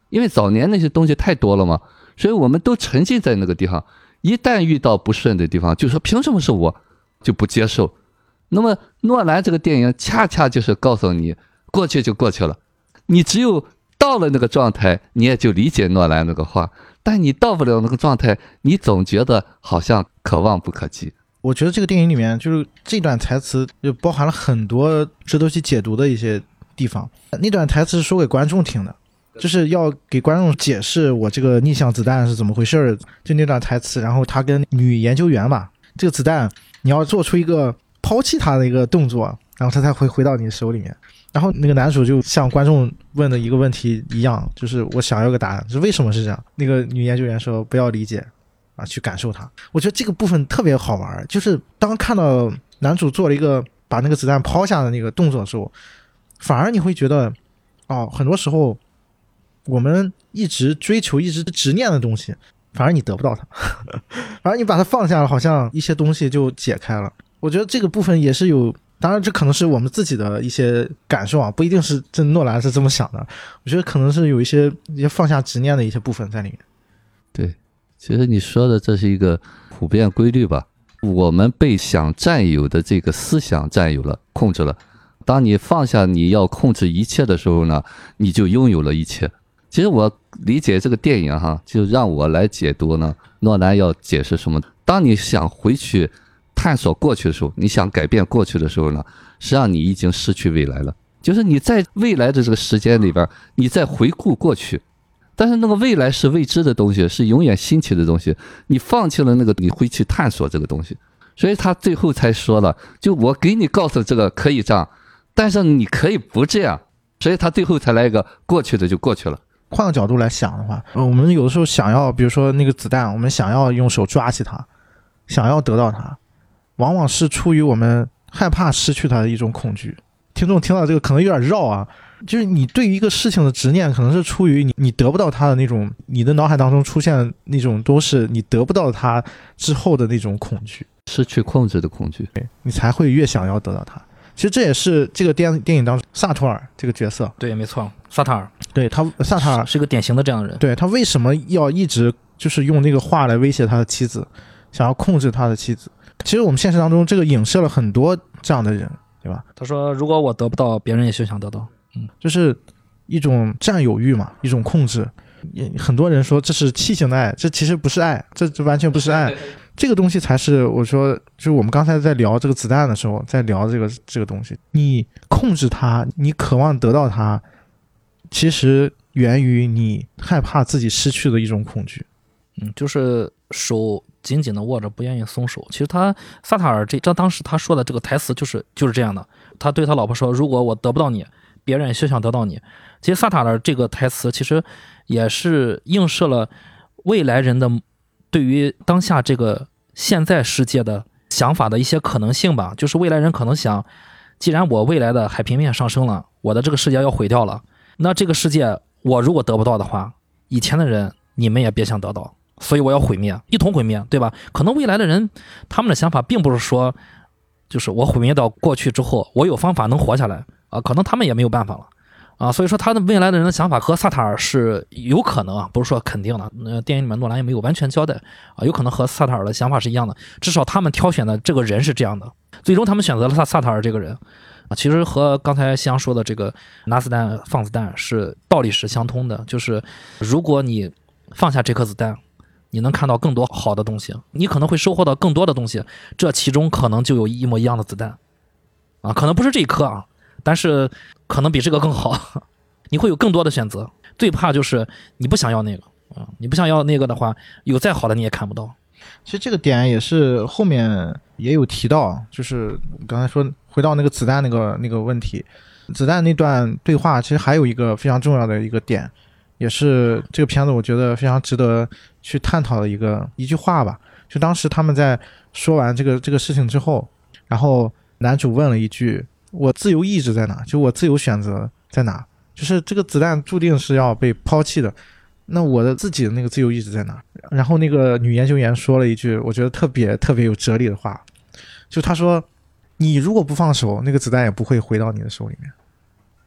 因为早年那些东西太多了嘛，所以我们都沉浸在那个地方，一旦遇到不顺的地方，就说凭什么是我，就不接受。那么诺兰这个电影恰恰就是告诉你，过去就过去了，你只有到了那个状态，你也就理解诺兰那个话，但你到不了那个状态，你总觉得好像可望不可及。 我觉得这个电影里面就是这段台词就包含了很多值得去解读的一些地方。那段台词是说给观众听的，就是要给观众解释我这个逆向子弹是怎么回事，就那段台词。然后他跟女研究员吧，这个子弹你要做出一个抛弃它的一个动作，然后它才会回到你手里面。然后那个男主就像观众问的一个问题一样，就是我想要个答案，就是为什么是这样。那个女研究员说不要理解啊，去感受它。我觉得这个部分特别好玩，就是当看到男主做了一个把那个子弹抛下的那个动作的时候，反而你会觉得很多时候我们一直追求一直执念的东西，反而你得不到它反而你把它放下了，好像一些东西就解开了。我觉得这个部分也是有，当然这可能是我们自己的一些感受啊，不一定是真诺兰是这么想的。我觉得可能是有一些放下执念的一些部分在里面。 对，其实你说的这是一个普遍规律吧，我们被想占有的这个思想占有了，控制了。当你放下你要控制一切的时候呢，你就拥有了一切。其实我理解这个电影就让我来解读呢，诺兰要解释什么。当你想回去探索过去的时候，你想改变过去的时候呢，实际上你已经失去未来了。就是你在未来的这个时间里边，你在回顾过去，但是那个未来是未知的东西，是永远新奇的东西，你放弃了那个，你会去探索这个东西。所以他最后才说了，就我给你告诉这个可以这样，但是你可以不这样。所以他最后才来一个过去的就过去了。 换个角度来想的话，我们有的时候想要，比如说那个子弹，我们想要用手抓起它，想要得到它，往往是出于我们害怕失去它的一种恐惧。听众听到这个可能有点绕啊，就是你对于一个事情的执念，可能是出于你得不到它的那种，你的脑海当中出现那种都是你得不到它之后的那种恐惧， 失去控制的恐惧， 对，你才会越想要得到它。其实这也是这个电影当中萨托尔这个角色， 对，没错，萨塔尔， 对他萨塔尔是个典型的这样的人。 对，他为什么要一直就是用那个话来威胁他的妻子，想要控制他的妻子？其实我们现实当中这个影射了很多这样的人，对吧？ 他说如果我得不到，别人也就想得到。 就是一种占有欲嘛，一种控制。很多人说这是畸形的爱，这其实不是爱，这完全不是爱。这个东西才是我说，就是我们刚才在聊这个子弹的时候，在聊这个东西，你控制它，你渴望得到它，其实源于你害怕自己失去的一种恐惧。 就是手紧紧的握着，不愿意松手。其实萨塔尔这当时他说的这个台词就是这样的。他对他老婆说：“如果我得不到你，别人也休想得到你。”其实萨塔尔这个台词其实也是映射了未来人的对于当下这个现在世界的想法的一些可能性吧。就是未来人可能想，既然我未来的海平面上升了，我的这个世界要毁掉了，那这个世界我如果得不到的话，以前的人你们也别想得到，所以我要毁灭，一同毁灭，对吧？可能未来的人他们的想法并不是说，就是我毁灭到过去之后，我有方法能活下来啊，可能他们也没有办法了啊。所以说他的未来的人的想法和萨塔尔是有可能不是说肯定的。电影里面诺兰也没有完全交代啊，有可能和萨塔尔的想法是一样的，至少他们挑选的这个人是这样的，最终他们选择了萨塔尔这个人啊，其实和刚才西洋说的这个拿子弹放子弹是道理是相通的，就是如果你放下这颗子弹，你能看到更多好的东西，你可能会收获到更多的东西，这其中可能就有一模一样的子弹啊，可能不是这一颗啊，但是可能比这个更好，你会有更多的选择。最怕就是你不想要那个啊，你不想要那个的话，有再好的你也看不到。 其实这个点也是后面也有提到，就是刚才说回到那个子弹那个问题，子弹那段对话其实还有一个非常重要的一个点，也是这个片子我觉得非常值得去探讨的一句话吧。就当时他们在说完这个事情之后，然后男主问了一句：“我自由意志在哪？就我自由选择在哪？就是这个子弹注定是要被抛弃的，那我的自己的那个自由意志在哪？”然后那个女研究员说了一句我觉得特别特别有哲理的话，就她说：“你如果不放手，那个子弹也不会回到你的手里面。”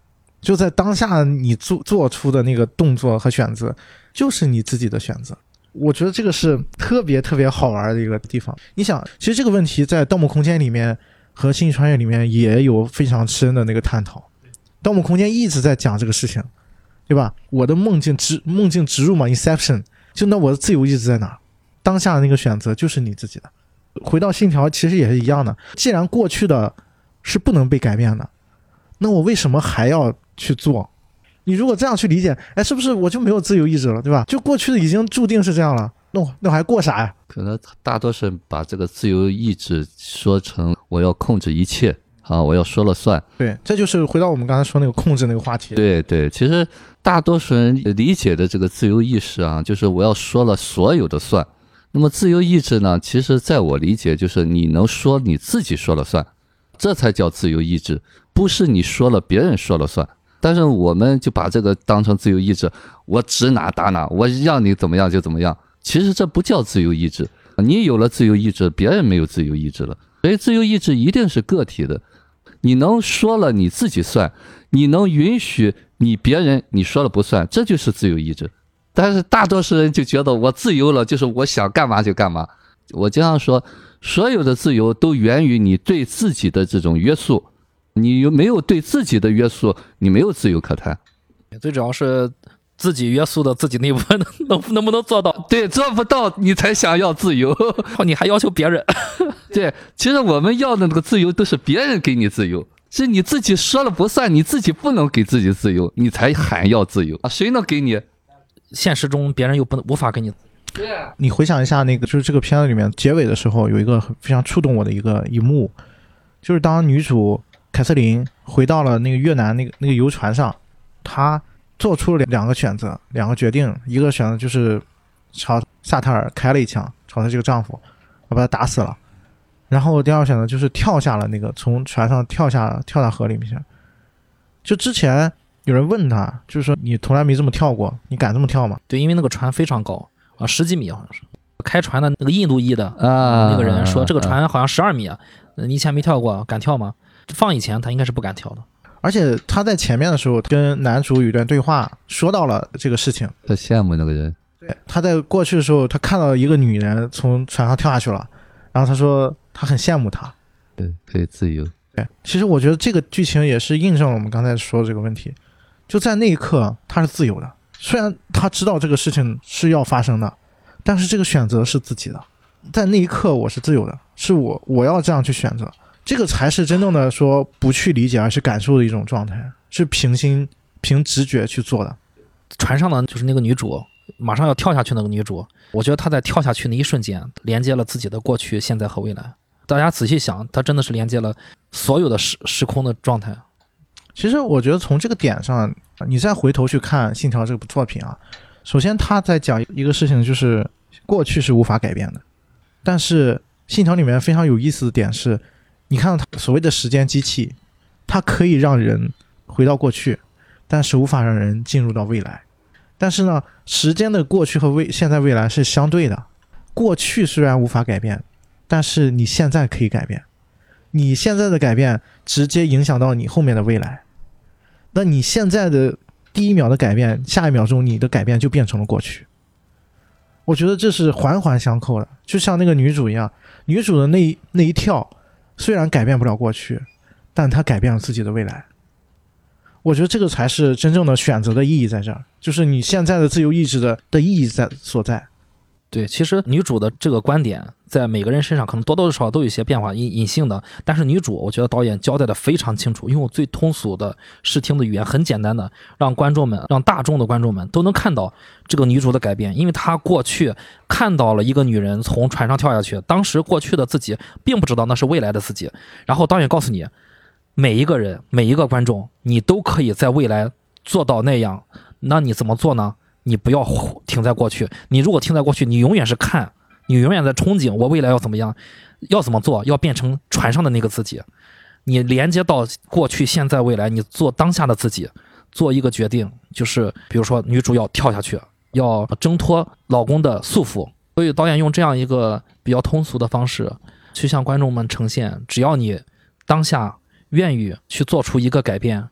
就在当下你做出的那个动作和选择，就是你自己的选择。我觉得这个是特别特别好玩的一个地方。你想，其实这个问题在《盗梦空间》里面和《星际穿越》里面也有非常深的那个探讨。《盗梦空间》一直在讲这个事情，对吧？我的梦境植入嘛 ，Inception， 就那我的自由意志在哪？当下的那个选择就是你自己的。回到信条其实也是一样的，既然过去的是不能被改变的，那我为什么还要去做？你如果这样去理解，哎，是不是我就没有自由意志了，对吧？就过去的已经注定是这样了，那我还过啥呀？ 可能大多数人把这个自由意志说成我要控制一切啊，我要说了算。 对，这就是回到我们刚才说那个控制那个话题。 对对，其实大多数人理解的这个自由意识啊，就是我要说了所有的算。那么自由意志呢，其实在我理解就是你能说你自己说了算，这才叫自由意志，不是你说了别人说了算。但是我们就把这个当成自由意志，我指哪打哪，我让你怎么样就怎么样。其实这不叫自由意志，你有了自由意志，别人没有自由意志了。所以自由意志一定是个体的，你能说了你自己算，你能允许你别人你说了不算，这就是自由意志。但是大多数人就觉得我自由了，就是我想干嘛就干嘛。我经常说，所有的自由都源于你对自己的这种约束。你没有对自己的约束，你没有自由可谈。 最主要是自己约束的自己那部分能不能做到？ 对，做不到你才想要自由， 你还要求别人。 对，其实我们要的那个自由都是别人给你自由，是你自己说了不算，你自己不能给自己自由，你才喊要自由啊！谁能给你？ 现实中别人又无法给你。 对啊， 你回想一下那个，就是这个片子里面结尾的时候有一个非常触动我的一幕，就是当女主凯瑟琳回到了那个越南那个游船上，她做出了两个选择，两个决定。一个选择就是朝萨特尔开了一枪，朝她这个丈夫，把他打死了。然后第二个选择就是跳下了那个从船上跳到河里面去。就之前有人问他，就是说你从来没这么跳过，你敢这么跳吗？ 对，因为那个船非常高啊，10几米好像是。开船的那个印度裔的那个人说，这个船好像12米，你以前没跳过，敢跳吗？放以前他应该是不敢跳的。 而且他在前面的时候跟男主有一段对话，说到了这个事情。 他羡慕那个人。 对，他在过去的时候，他看到一个女人从船上跳下去了，然后他说他很羡慕她。 对，可以自由。 对，其实我觉得这个剧情也是印证了我们刚才说的这个问题。就在那一刻，他是自由的，虽然他知道这个事情是要发生的，但是这个选择是自己的。在那一刻，我是自由的，是我要这样去选择。这个才是真正的说不去理解而是感受的一种状态，是凭直觉去做的。 船上的就是那个女主马上要跳下去那个女主，我觉得她在跳下去那一瞬间连接了自己的过去现在和未来。大家仔细想，她真的是连接了所有的时空的状态。 其实我觉得从这个点上，你再回头去看《信条》这部作品啊，首先他在讲一个事情，就是过去是无法改变的，但是《信条》里面非常有意思的点是，你看到它所谓的时间机器，它可以让人回到过去，但是无法让人进入到未来。但是呢，时间的过去和现在未来是相对的。过去虽然无法改变，但是你现在可以改变。你现在的改变直接影响到你后面的未来。那你现在的第一秒的改变，下一秒钟你的改变就变成了过去。我觉得这是环环相扣的，就像那个女主一样，女主的那一跳虽然改变不了过去，但她改变了自己的未来。我觉得这个才是真正的选择的意义在这儿，就是你现在的自由意志的意义所在。 对，其实女主的这个观点在每个人身上可能多多少少都有一些变化，隐性的，但是女主我觉得导演交代的非常清楚，用我最通俗的视听的语言，很简单的让观众们，让大众的观众们都能看到这个女主的改变。因为她过去看到了一个女人从船上跳下去，当时过去的自己并不知道那是未来的自己，然后导演告诉你，每一个人每一个观众你都可以在未来做到那样，那你怎么做呢？你不要停在过去，你如果停在过去，你永远是看，你永远在憧憬我未来要怎么样，要怎么做，要变成船上的那个自己。你连接到过去现在未来，你做当下的自己，做一个决定，就是比如说女主要跳下去，要挣脱老公的束缚，所以导演用这样一个比较通俗的方式去向观众们呈现，只要你当下愿意去做出一个改变，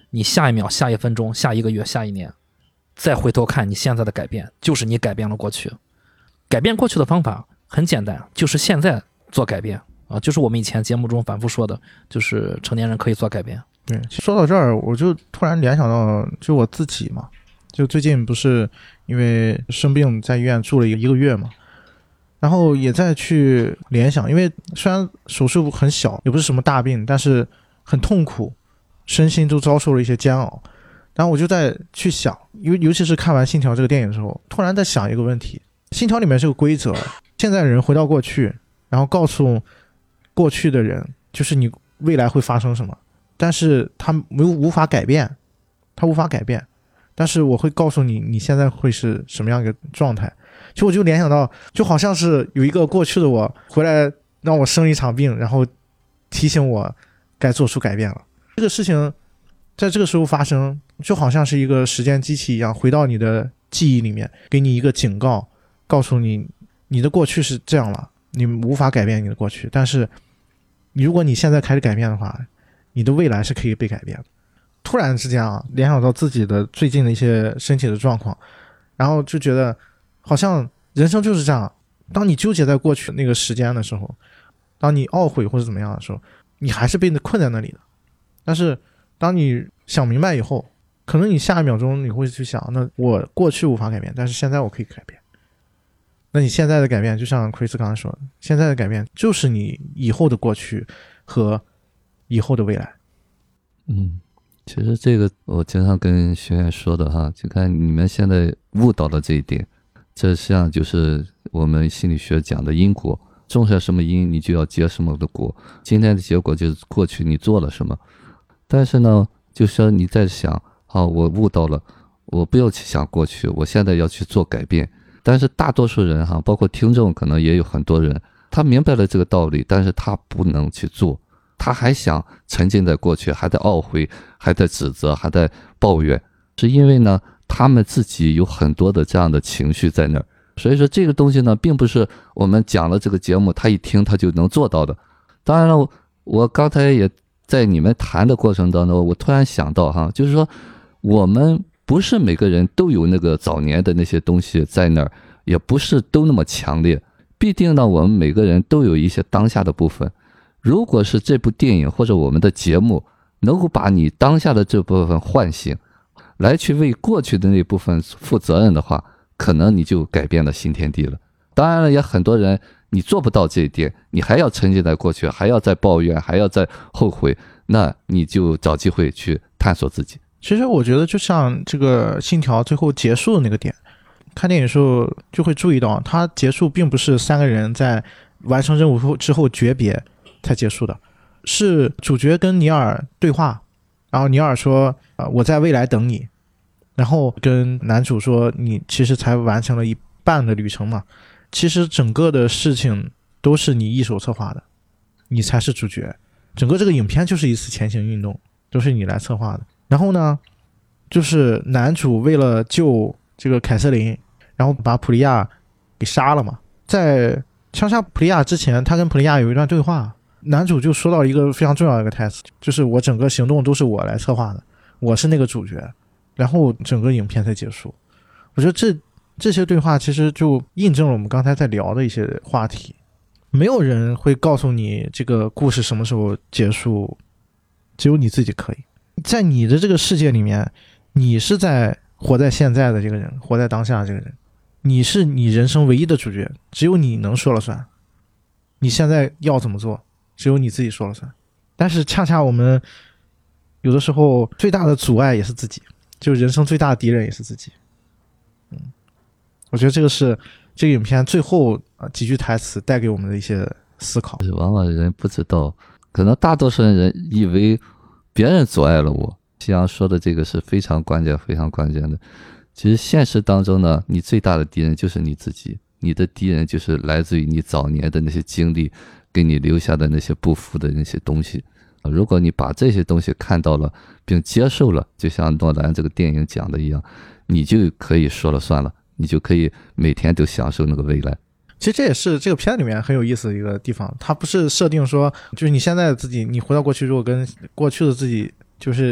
你下一秒、下一分钟、下一个月、下一年，再回头看你现在的改变，就是你改变了过去。改变过去的方法很简单，就是现在做改变啊，就是我们以前节目中反复说的，就是成年人可以做改变。 对，说到这儿，我就突然联想到，就我自己嘛，就最近不是因为生病在医院住了一个月嘛，然后也在去联想，因为虽然手术很小，也不是什么大病，但是很痛苦，身心都遭受了一些煎熬。然后我就在去想，尤其是看完《信条》这个电影之后，突然在想一个问题：《信条》里面是个规则，现在人回到过去，然后告诉过去的人，就是你未来会发生什么。但是他无法改变，但是我会告诉你你现在会是什么样一个状态。其实我就联想到，就好像是有一个过去的我回来让我生一场病，然后提醒我该做出改变了。这个事情在这个时候发生，就好像是一个时间机器一样，回到你的记忆里面，给你一个警告，告诉你你的过去是这样了，你无法改变你的过去，但是如果你现在开始改变的话，你的未来是可以被改变的。突然之间啊，联想到自己的最近的一些身体的状况，然后就觉得好像人生就是这样，当你纠结在过去那个时间的时候，当你懊悔或者怎么样的时候，你还是被困在那里的。但是当你想明白以后，可能你下一秒钟你会去想，那我过去无法改变，但是现在我可以改变。那你现在的改变，就像奎斯刚才说的，现在的改变就是你以后的过去和以后的未来。 其实这个我经常跟学员说的哈，就看你们现在悟到的这一点，这实际上就是我们心理学讲的因果，种下什么因，你就要结什么的果。今天的结果就是过去你做了什么。但是呢，就说你在想，好，我悟到了，我不要去想过去，我现在要去做改变。但是大多数人哈，包括听众，可能也有很多人，他明白了这个道理，但是他不能去做。他还想沉浸在过去，还在懊悔，还在指责，还在抱怨，是因为呢，他们自己有很多的这样的情绪在那儿。所以说这个东西呢，并不是我们讲了这个节目，他一听他就能做到的。当然了，我刚才也在你们谈的过程当中，我突然想到哈，就是说我们不是每个人都有那个早年的那些东西在那儿，也不是都那么强烈，必定呢，我们每个人都有一些当下的部分。如果是这部电影或者我们的节目能够把你当下的这部分唤醒，来去为过去的那部分负责任的话，可能你就改变了新天地了。当然了，也很多人你做不到这一点，你还要沉浸在过去，还要再抱怨，还要再后悔，那你就找机会去探索自己。 其实我觉得就像这个信条最后结束的那个点，看电影的时候就会注意到，它结束并不是三个人在完成任务之后诀别才结束的，是主角跟尼尔对话，然后尼尔说我在未来等你，然后跟男主说你其实才完成了一半的旅程嘛，其实整个的事情都是你一手策划的，你才是主角，整个这个影片就是一次前行运动，都是你来策划的。然后呢，就是男主为了救这个凯瑟琳，然后把普利亚给杀了嘛，在枪杀普利亚之前，他跟普利亚有一段对话，男主就说到一个非常重要的一个台词，就是我整个行动都是我来策划的，我是那个主角，然后整个影片才结束。我觉得这些对话其实就印证了我们刚才在聊的一些话题，没有人会告诉你这个故事什么时候结束，只有你自己可以。在你的这个世界里面，你是在活在现在的这个人，活在当下的这个人，你是你人生唯一的主角，只有你能说了算。你现在要怎么做，只有你自己说了算。但是恰恰我们有的时候最大的阻碍也是自己，就人生最大的敌人也是自己。我觉得这个是这个影片最后几句台词带给我们的一些思考。 往往人不知道，可能大多数人以为别人阻碍了我。夕阳说的这个是非常关键非常关键的。其实现实当中呢，你最大的敌人就是你自己，你的敌人就是来自于你早年的那些经历，给你留下的那些不服的那些东西。如果你把这些东西看到了并接受了，就像诺兰这个电影讲的一样，你就可以说了算了，你就可以每天都享受那个未来。 其实这也是这个片里面很有意思的一个地方，它不是设定说就是你现在的自己，你回到过去如果跟过去的自己就是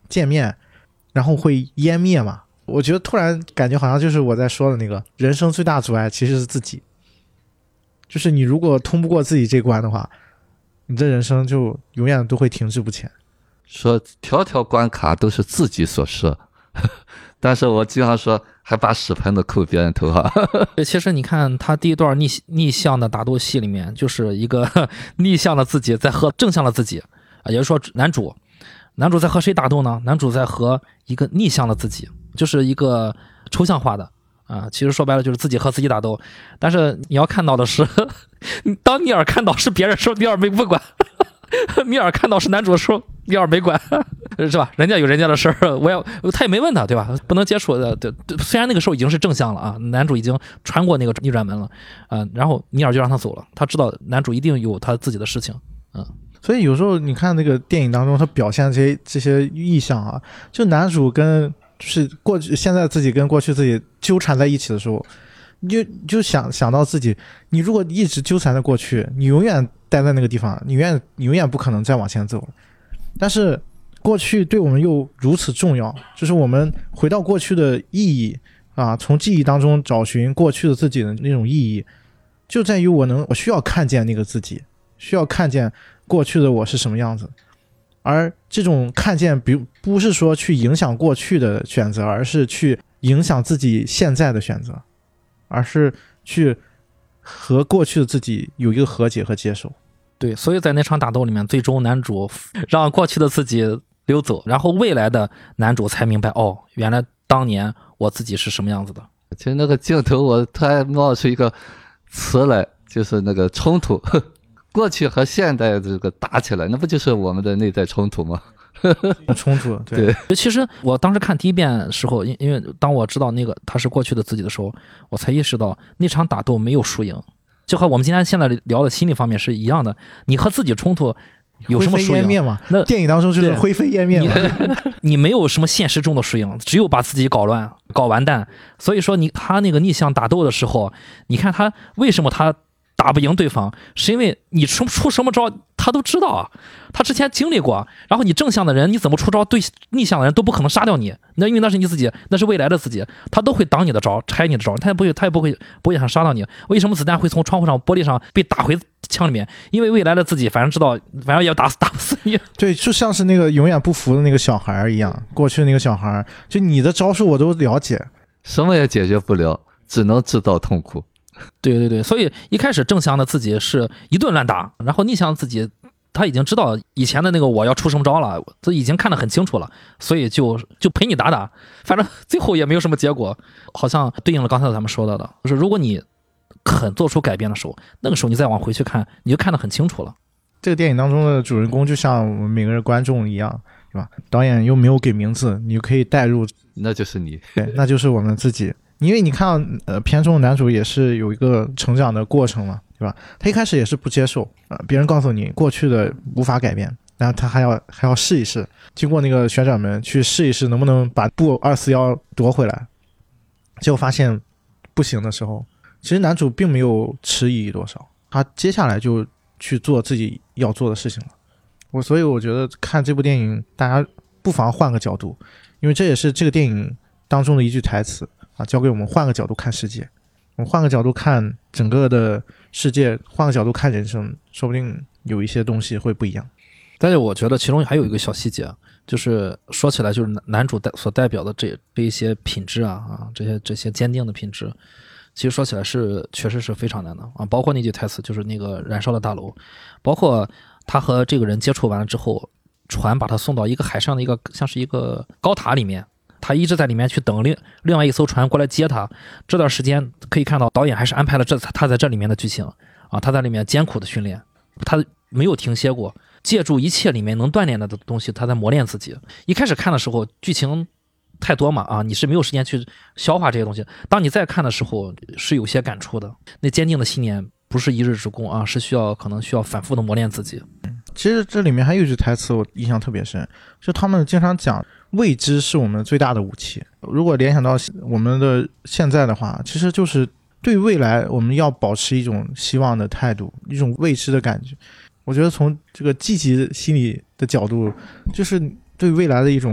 见面，然后会湮灭嘛。我觉得突然感觉好像就是我在说的那个人生最大阻碍其实是自己，就是你如果通不过自己这关的话，你的人生就永远都会停滞不前。 说条条关卡都是自己所设，但是我经常说还把屎盆子扣别人头上。 其实你看他第一段逆向的打斗戏里面，就是一个逆向的自己在和正向的自己，也就是说男主在和谁打斗呢？男主在和一个逆向的自己，就是一个抽象化的啊，其实说白了就是自己和自己打斗。但是你要看到的是，当尼尔看到是别人说，尼尔不管。尼尔看到是男主的时候，尼尔没管，是吧？人家有人家的事儿，他也没问他，对吧？不能接触的，对。虽然那个时候已经是正向了啊，男主已经穿过那个逆转门了，然后尼尔就让他走了，他知道男主一定有他自己的事情， 所以有时候你看那个电影当中，他表现这些意象啊，就男主跟就是过去现在自己跟过去自己纠缠在一起的时候，你就想到自己，你如果一直纠缠在过去，你永远待在那个地方，你永远不可能再往前走了。但是过去对我们又如此重要，就是我们回到过去的意义啊，从记忆当中找寻过去的自己的那种意义，就在于我需要看见那个自己，需要看见过去的我是什么样子。而这种看见不是说去影响过去的选择，而是去影响自己现在的选择，而是去和过去的自己有一个和解和接受。 对，所以在那场打斗里面，最终男主让过去的自己溜走，然后未来的男主才明白，哦，原来当年我自己是什么样子的。 其实那个镜头我突然冒出一个词来，就是那个冲突，过去和现代这个打起来，那不就是我们的内在冲突吗？ 冲突，对。 其实我当时看第一遍的时候，因为当我知道那个他是过去的自己的时候，我才意识到那场打斗没有输赢，就和我们现在聊的心理方面是一样的。你和自己冲突有什么输赢？ 灰飞烟灭嘛？ 那电影当中就是灰飞烟灭嘛。 你没有什么现实中的输赢，只有把自己搞乱、搞完蛋。所以说他那个逆向打斗的时候，你看他为什么他打不赢对方，是因为你出什么招他都知道啊，他之前经历过。然后你正向的人你怎么出招，对逆向的人都不可能杀掉你，那因为那是你自己，那是未来的自己，他都会挡你的招，拆你的招，他也不会想杀到你。为什么子弹会从窗户上玻璃上被打回枪里面？因为未来的自己反正知道，反正也打不死你。 对，就像是那个永远不服的那个小孩一样，过去的那个小孩，就你的招数我都了解， 什么也解决不了，只能制造痛苦。 对，所以一开始正向的自己是一顿乱打，然后逆向自己他已经知道以前的那个我要出什么招了，这已经看得很清楚了，所以就陪你打打，反正最后也没有什么结果，好像对应了刚才咱们说到的，就是如果你肯做出改变的时候，那个时候你再往回去看，你就看得很清楚了。 这个电影当中的主人公就像我们每个人观众一样，对吧？导演又没有给名字，你就可以带入， 那就是你， 对，那就是我们自己。因为你看到片中的男主也是有一个成长的过程嘛，对吧？他一开始也是不接受别人告诉你过去的无法改变，然后他还要试一试，经过那个旋转门去试一试能不能把布241夺回来。结果发现不行的时候，其实男主并没有迟疑多少，他接下来就去做自己要做的事情了。所以我觉得看这部电影大家不妨换个角度，因为这也是这个电影当中的一句台词啊，教给我们换个角度看世界，我们换个角度看整个的世界，换个角度看人生，说不定有一些东西会不一样。 但是我觉得其中还有一个小细节，就是说起来就是男主所代表的这一些品质啊，这些坚定的品质，其实说起来确实是非常难的啊。包括那句台词，就是那个燃烧的大楼，包括他和这个人接触完了之后，船把他送到一个海上的一个像是一个高塔里面，他一直在里面去等另外一艘船过来接他。这段时间可以看到导演还是安排了他在这里面的剧情啊，他在里面艰苦的训练，他没有停歇过，借助一切里面能锻炼的东西，他在磨练自己。一开始看的时候剧情太多嘛啊，你是没有时间去消化这些东西。当你再看的时候是有些感触的，那坚定的信念不是一日之功啊，是可能需要反复的磨练自己。 其实这里面还有一句台词我印象特别深，就他们经常讲未知是我们最大的武器。如果联想到我们的现在的话，其实就是对未来我们要保持一种希望的态度，一种未知的感觉。我觉得从这个积极心理的角度，就是对未来的一种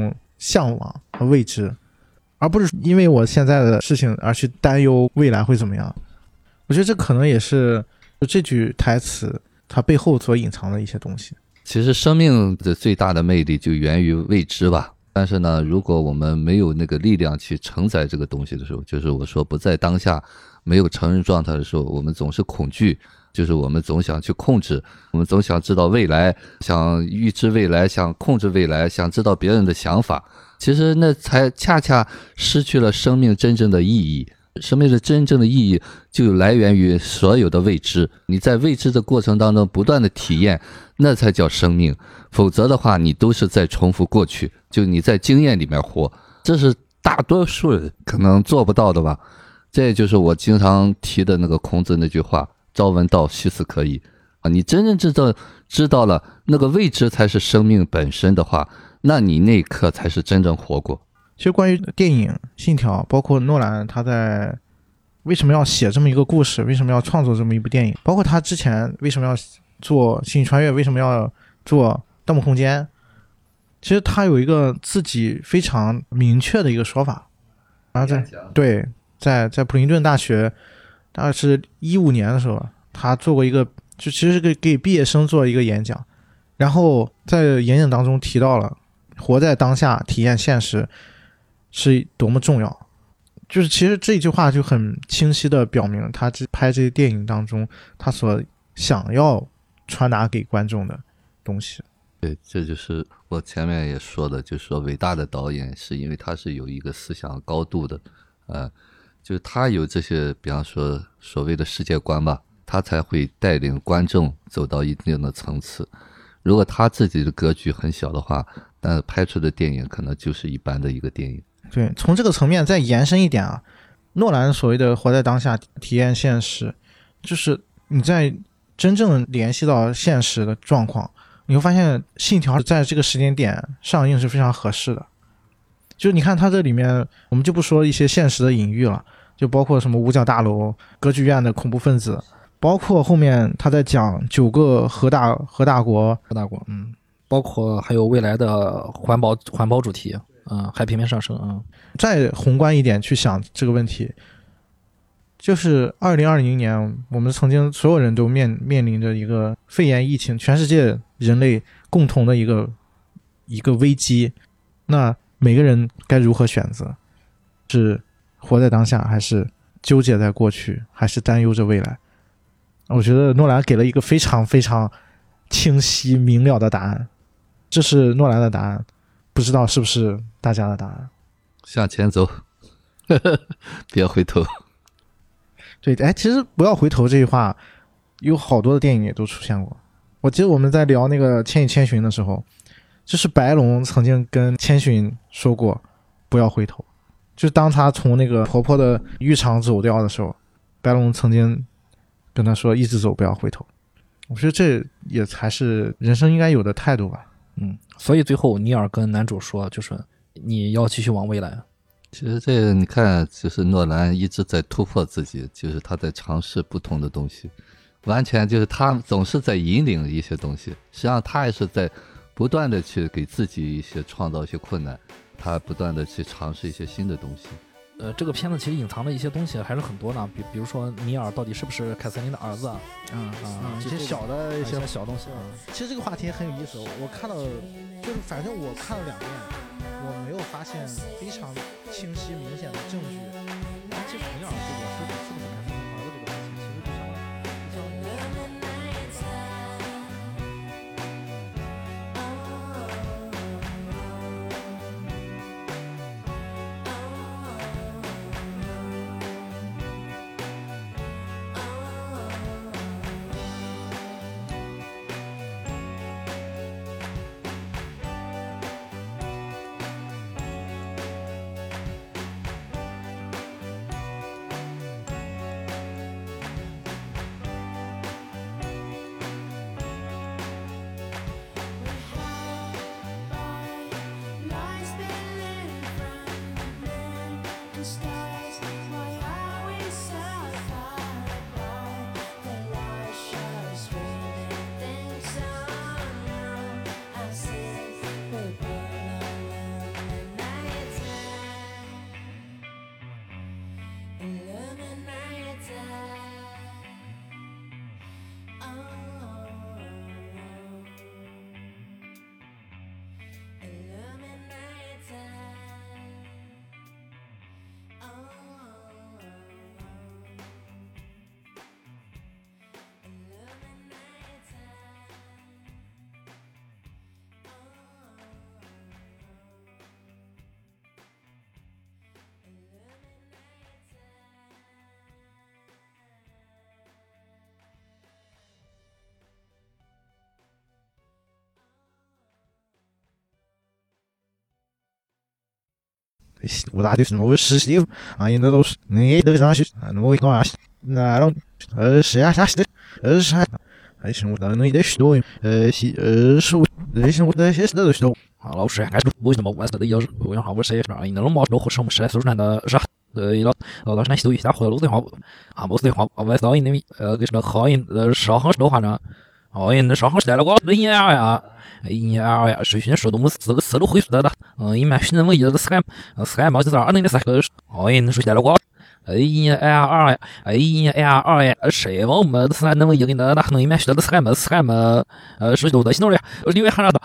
向往和未知，而不是因为我现在的事情而去担忧未来会怎么样。我觉得这可能也是这句台词它背后所隐藏的一些东西。 其实生命的最大的魅力就源于未知吧。但是呢，如果我们没有那个力量去承载这个东西的时候，就是我说不在当下，没有成人状态的时候，我们总是恐惧，就是我们总想去控制，我们总想知道未来，想预知未来，想控制未来，想知道别人的想法。其实那才恰恰失去了生命真正的意义。生命的真正的意义就来源于所有的未知，你在未知的过程当中不断的体验，那才叫生命。否则的话，你都是在重复过去，就你在经验里面活，这是大多数人可能做不到的吧。这也就是我经常提的那个孔子那句话，朝闻道，夕死可矣啊。你真正知道了那个未知才是生命本身的话，那你那一刻才是真正活过。 其实关于电影《信条》，包括诺兰他在为什么要写这么一个故事，为什么要创作这么一部电影，包括他之前为什么要做《星际穿越》，为什么要做《盗梦空间》，其实他有一个自己非常明确的一个说法。然后在普林顿大学，大概是15年的时候，他做过一个，就其实是给毕业生做一个演讲，然后在演讲当中提到了活在当下，体验现实是多么重要。就是其实这句话就很清晰的表明他拍这些电影当中他所想要传达给观众的东西。 对，这就是我前面也说的，就是说伟大的导演是因为他是有一个思想高度的，就是他有这些比方说所谓的世界观吧，他才会带领观众走到一定的层次。如果他自己的格局很小的话，那拍出的电影可能就是一般的一个电影。 对，从这个层面再延伸一点啊，诺兰所谓的活在当下体验现实，就是你在真正联系到现实的状况，你会发现信条在这个时间点上映是非常合适的。就是你看它这里面，我们就不说一些现实的隐喻了，就包括什么五角大楼、歌剧院的恐怖分子，包括后面他在讲9个核大国， 包括还有未来的环保主题，海平面上升， 再宏观一点去想这个问题，就是2020年，我们曾经所有人都面临着一个肺炎疫情，全世界人类共同的一个危机。那每个人该如何选择？是活在当下，还是纠结在过去，还是担忧着未来？我觉得诺兰给了一个非常非常清晰明了的答案，这是诺兰的答案，不知道是不是大家的答案。 向前走别回头。 对，其实不要回头这句话有好多的电影也都出现过。我记得我们在聊那个《千与千寻》的时候，就是白龙曾经跟千寻说过不要回头，就是当他从那个婆婆的浴场走掉的时候，白龙曾经跟他说一直走不要回头。我觉得这也还是人生应该有的态度吧。 所以最后尼尔跟男主说，就是你要继续往未来。 其实这个你看，就是诺兰一直在突破自己，就是他在尝试不同的东西，完全就是他总是在引领一些东西，实际上他也是在不断的去给自己一些创造一些困难，他不断的去尝试一些新的东西。 这个片子其实隐藏的一些东西还是很多呢，比如说尼尔到底是不是凯瑟琳的儿子一些小的一些小东西。 其实这个话题很有意思，我看到就是反正我看了2遍，我没有发现非常清晰明显的证据。 其实尼尔这个是不是凯瑟琳儿子这个问题，其实就像我大队是我实习啊，应该都是你都上去，我搞啥？那让是呀啥的，是还还是我的那得说是我这是我的些是都是。 老师还是为什么我的要是我好我谁是你能毛都或什么谁说出来的是老师那些都一下回路的话啊不是的话我到因为给什么好因上行的话呢因那上行时代了我一年呀是现在说的我们四个思路会说的因为现在我一直是干嘛就是那个啥个因说起来了我一年谁我们是那么一个那可能因为学的是干嘛是多的新东西另外还那的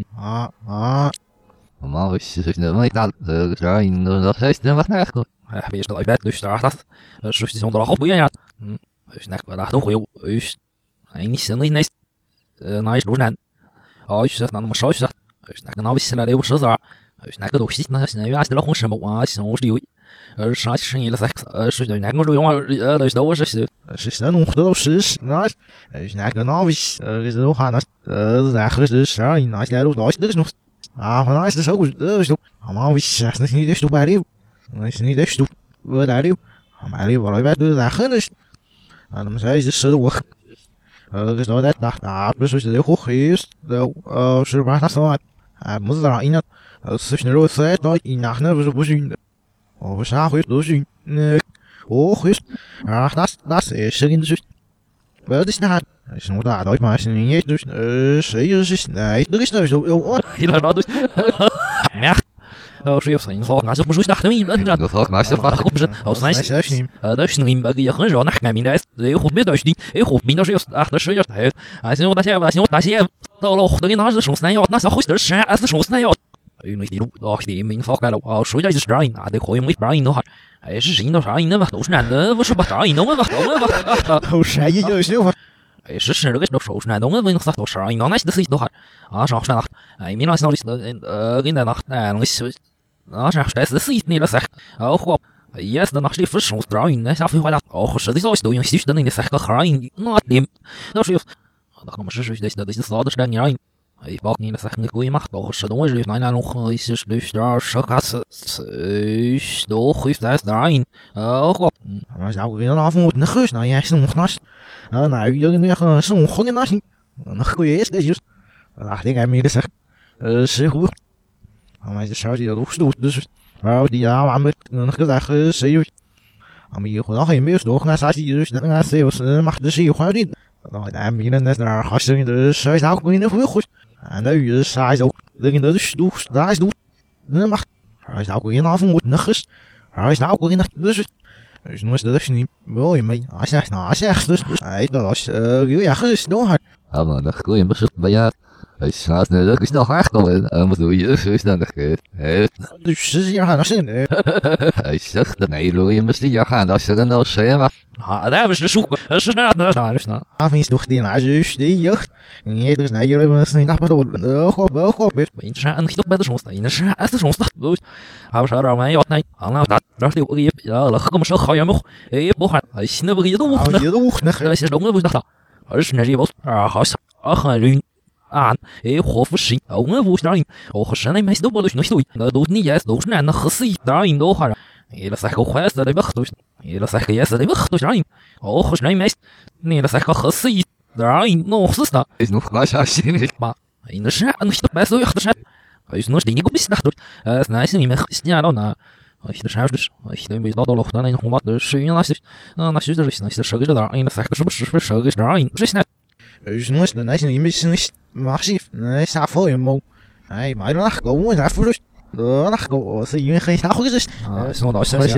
我们会吸收的问大这样你都还是么那个别说到一般都是啥熟悉用到了好不一样那个大都会你现在那一路难学那么少学那个那不起来的有十二那个东西那现在原来的红什么啊现在我是有上是你的噻是的那个用都是我是那种都是那个那不这话那然后是12那些路到这种啊那是手是嘛不是那你得说白了那是你得说我带了买了我了一般都在很的啊那么现在是我这时候在打不是这火会是把它说没事了，人家咨询的时候是到人家那不是的，不是会都是我会那是跟着我的现在是我打到一般是也就是谁就是现在这个现在我一来到都呀。是有声音说，那是不熟悉的，等于那个说那些话不是，算是那是那个也很热，那还明白，后面都是的，后面都是有都是有现在我大些到了等于那是送三幺，那是好些是是送三幺，因为地路地名发改了，说下就是这样，那得可以没这样的话，是人都啥人的嘛，都是男的，不是吧？啥人的嘛， 都是也就是嘛。 是这个手是难懂的问题，都是啊，那些的事情都还上山了，明朗想的跟那那个是是事情那个噻，或也是那是不是送让人那下废话了，是的，都用吸取的那个噻，个让人那点那是那我们是的是少的是让人。包括你的噻，你可以嘛？都是东西那种和一些是的需要是卡是都会在让人或下午给那父母那喝那也是那是那有的那很是我的那些那喝也是的就是那应该没的噻师傅就小姐都是然后底下我们那个在喝谁有我们以后然后也没有说那啥西就是那谁有是嘛这是一块的然后咱们那那好声音的是啥过年会回那鱼啥就那个都是许多啥都那嘛啥过年那父母那喝啥过年那都是什么的是你没有没现在都是到有也很是东哈嘛那过年不是不呀啥那个小孩都不注意是那个实际上那是的是的那一路也不是也看到是个那谁嘛那不是说是那是那阿飞都的那是的有你都是那有的是那不都火呗你这俺都别的什么你那是俺是什么都还不是那玩意那那那是我也了和我们说好也没不还现在不也都那些东西不知道而是那些不好像很人活不是我不是让人和是那没都不都是那都你也都是那合适让人都话你了三个坏死的不都你了三个也是的不都让人和是那没你了三个合适让人弄死的弄花下心里嘛你那是那些白手也是那是你个不是那都那些里面想到那现在啥就是现在没到了那红包的是因那些那些就是那些设计的让人三个是不是设计让人这现在什么是那些里面是马戏下佛也冇买了那个我在扶着那个我是因为很下回是送到些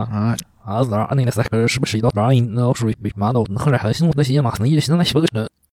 那个三个是不是一道让人属于被骂到后来还行那些嘛可能也是那些个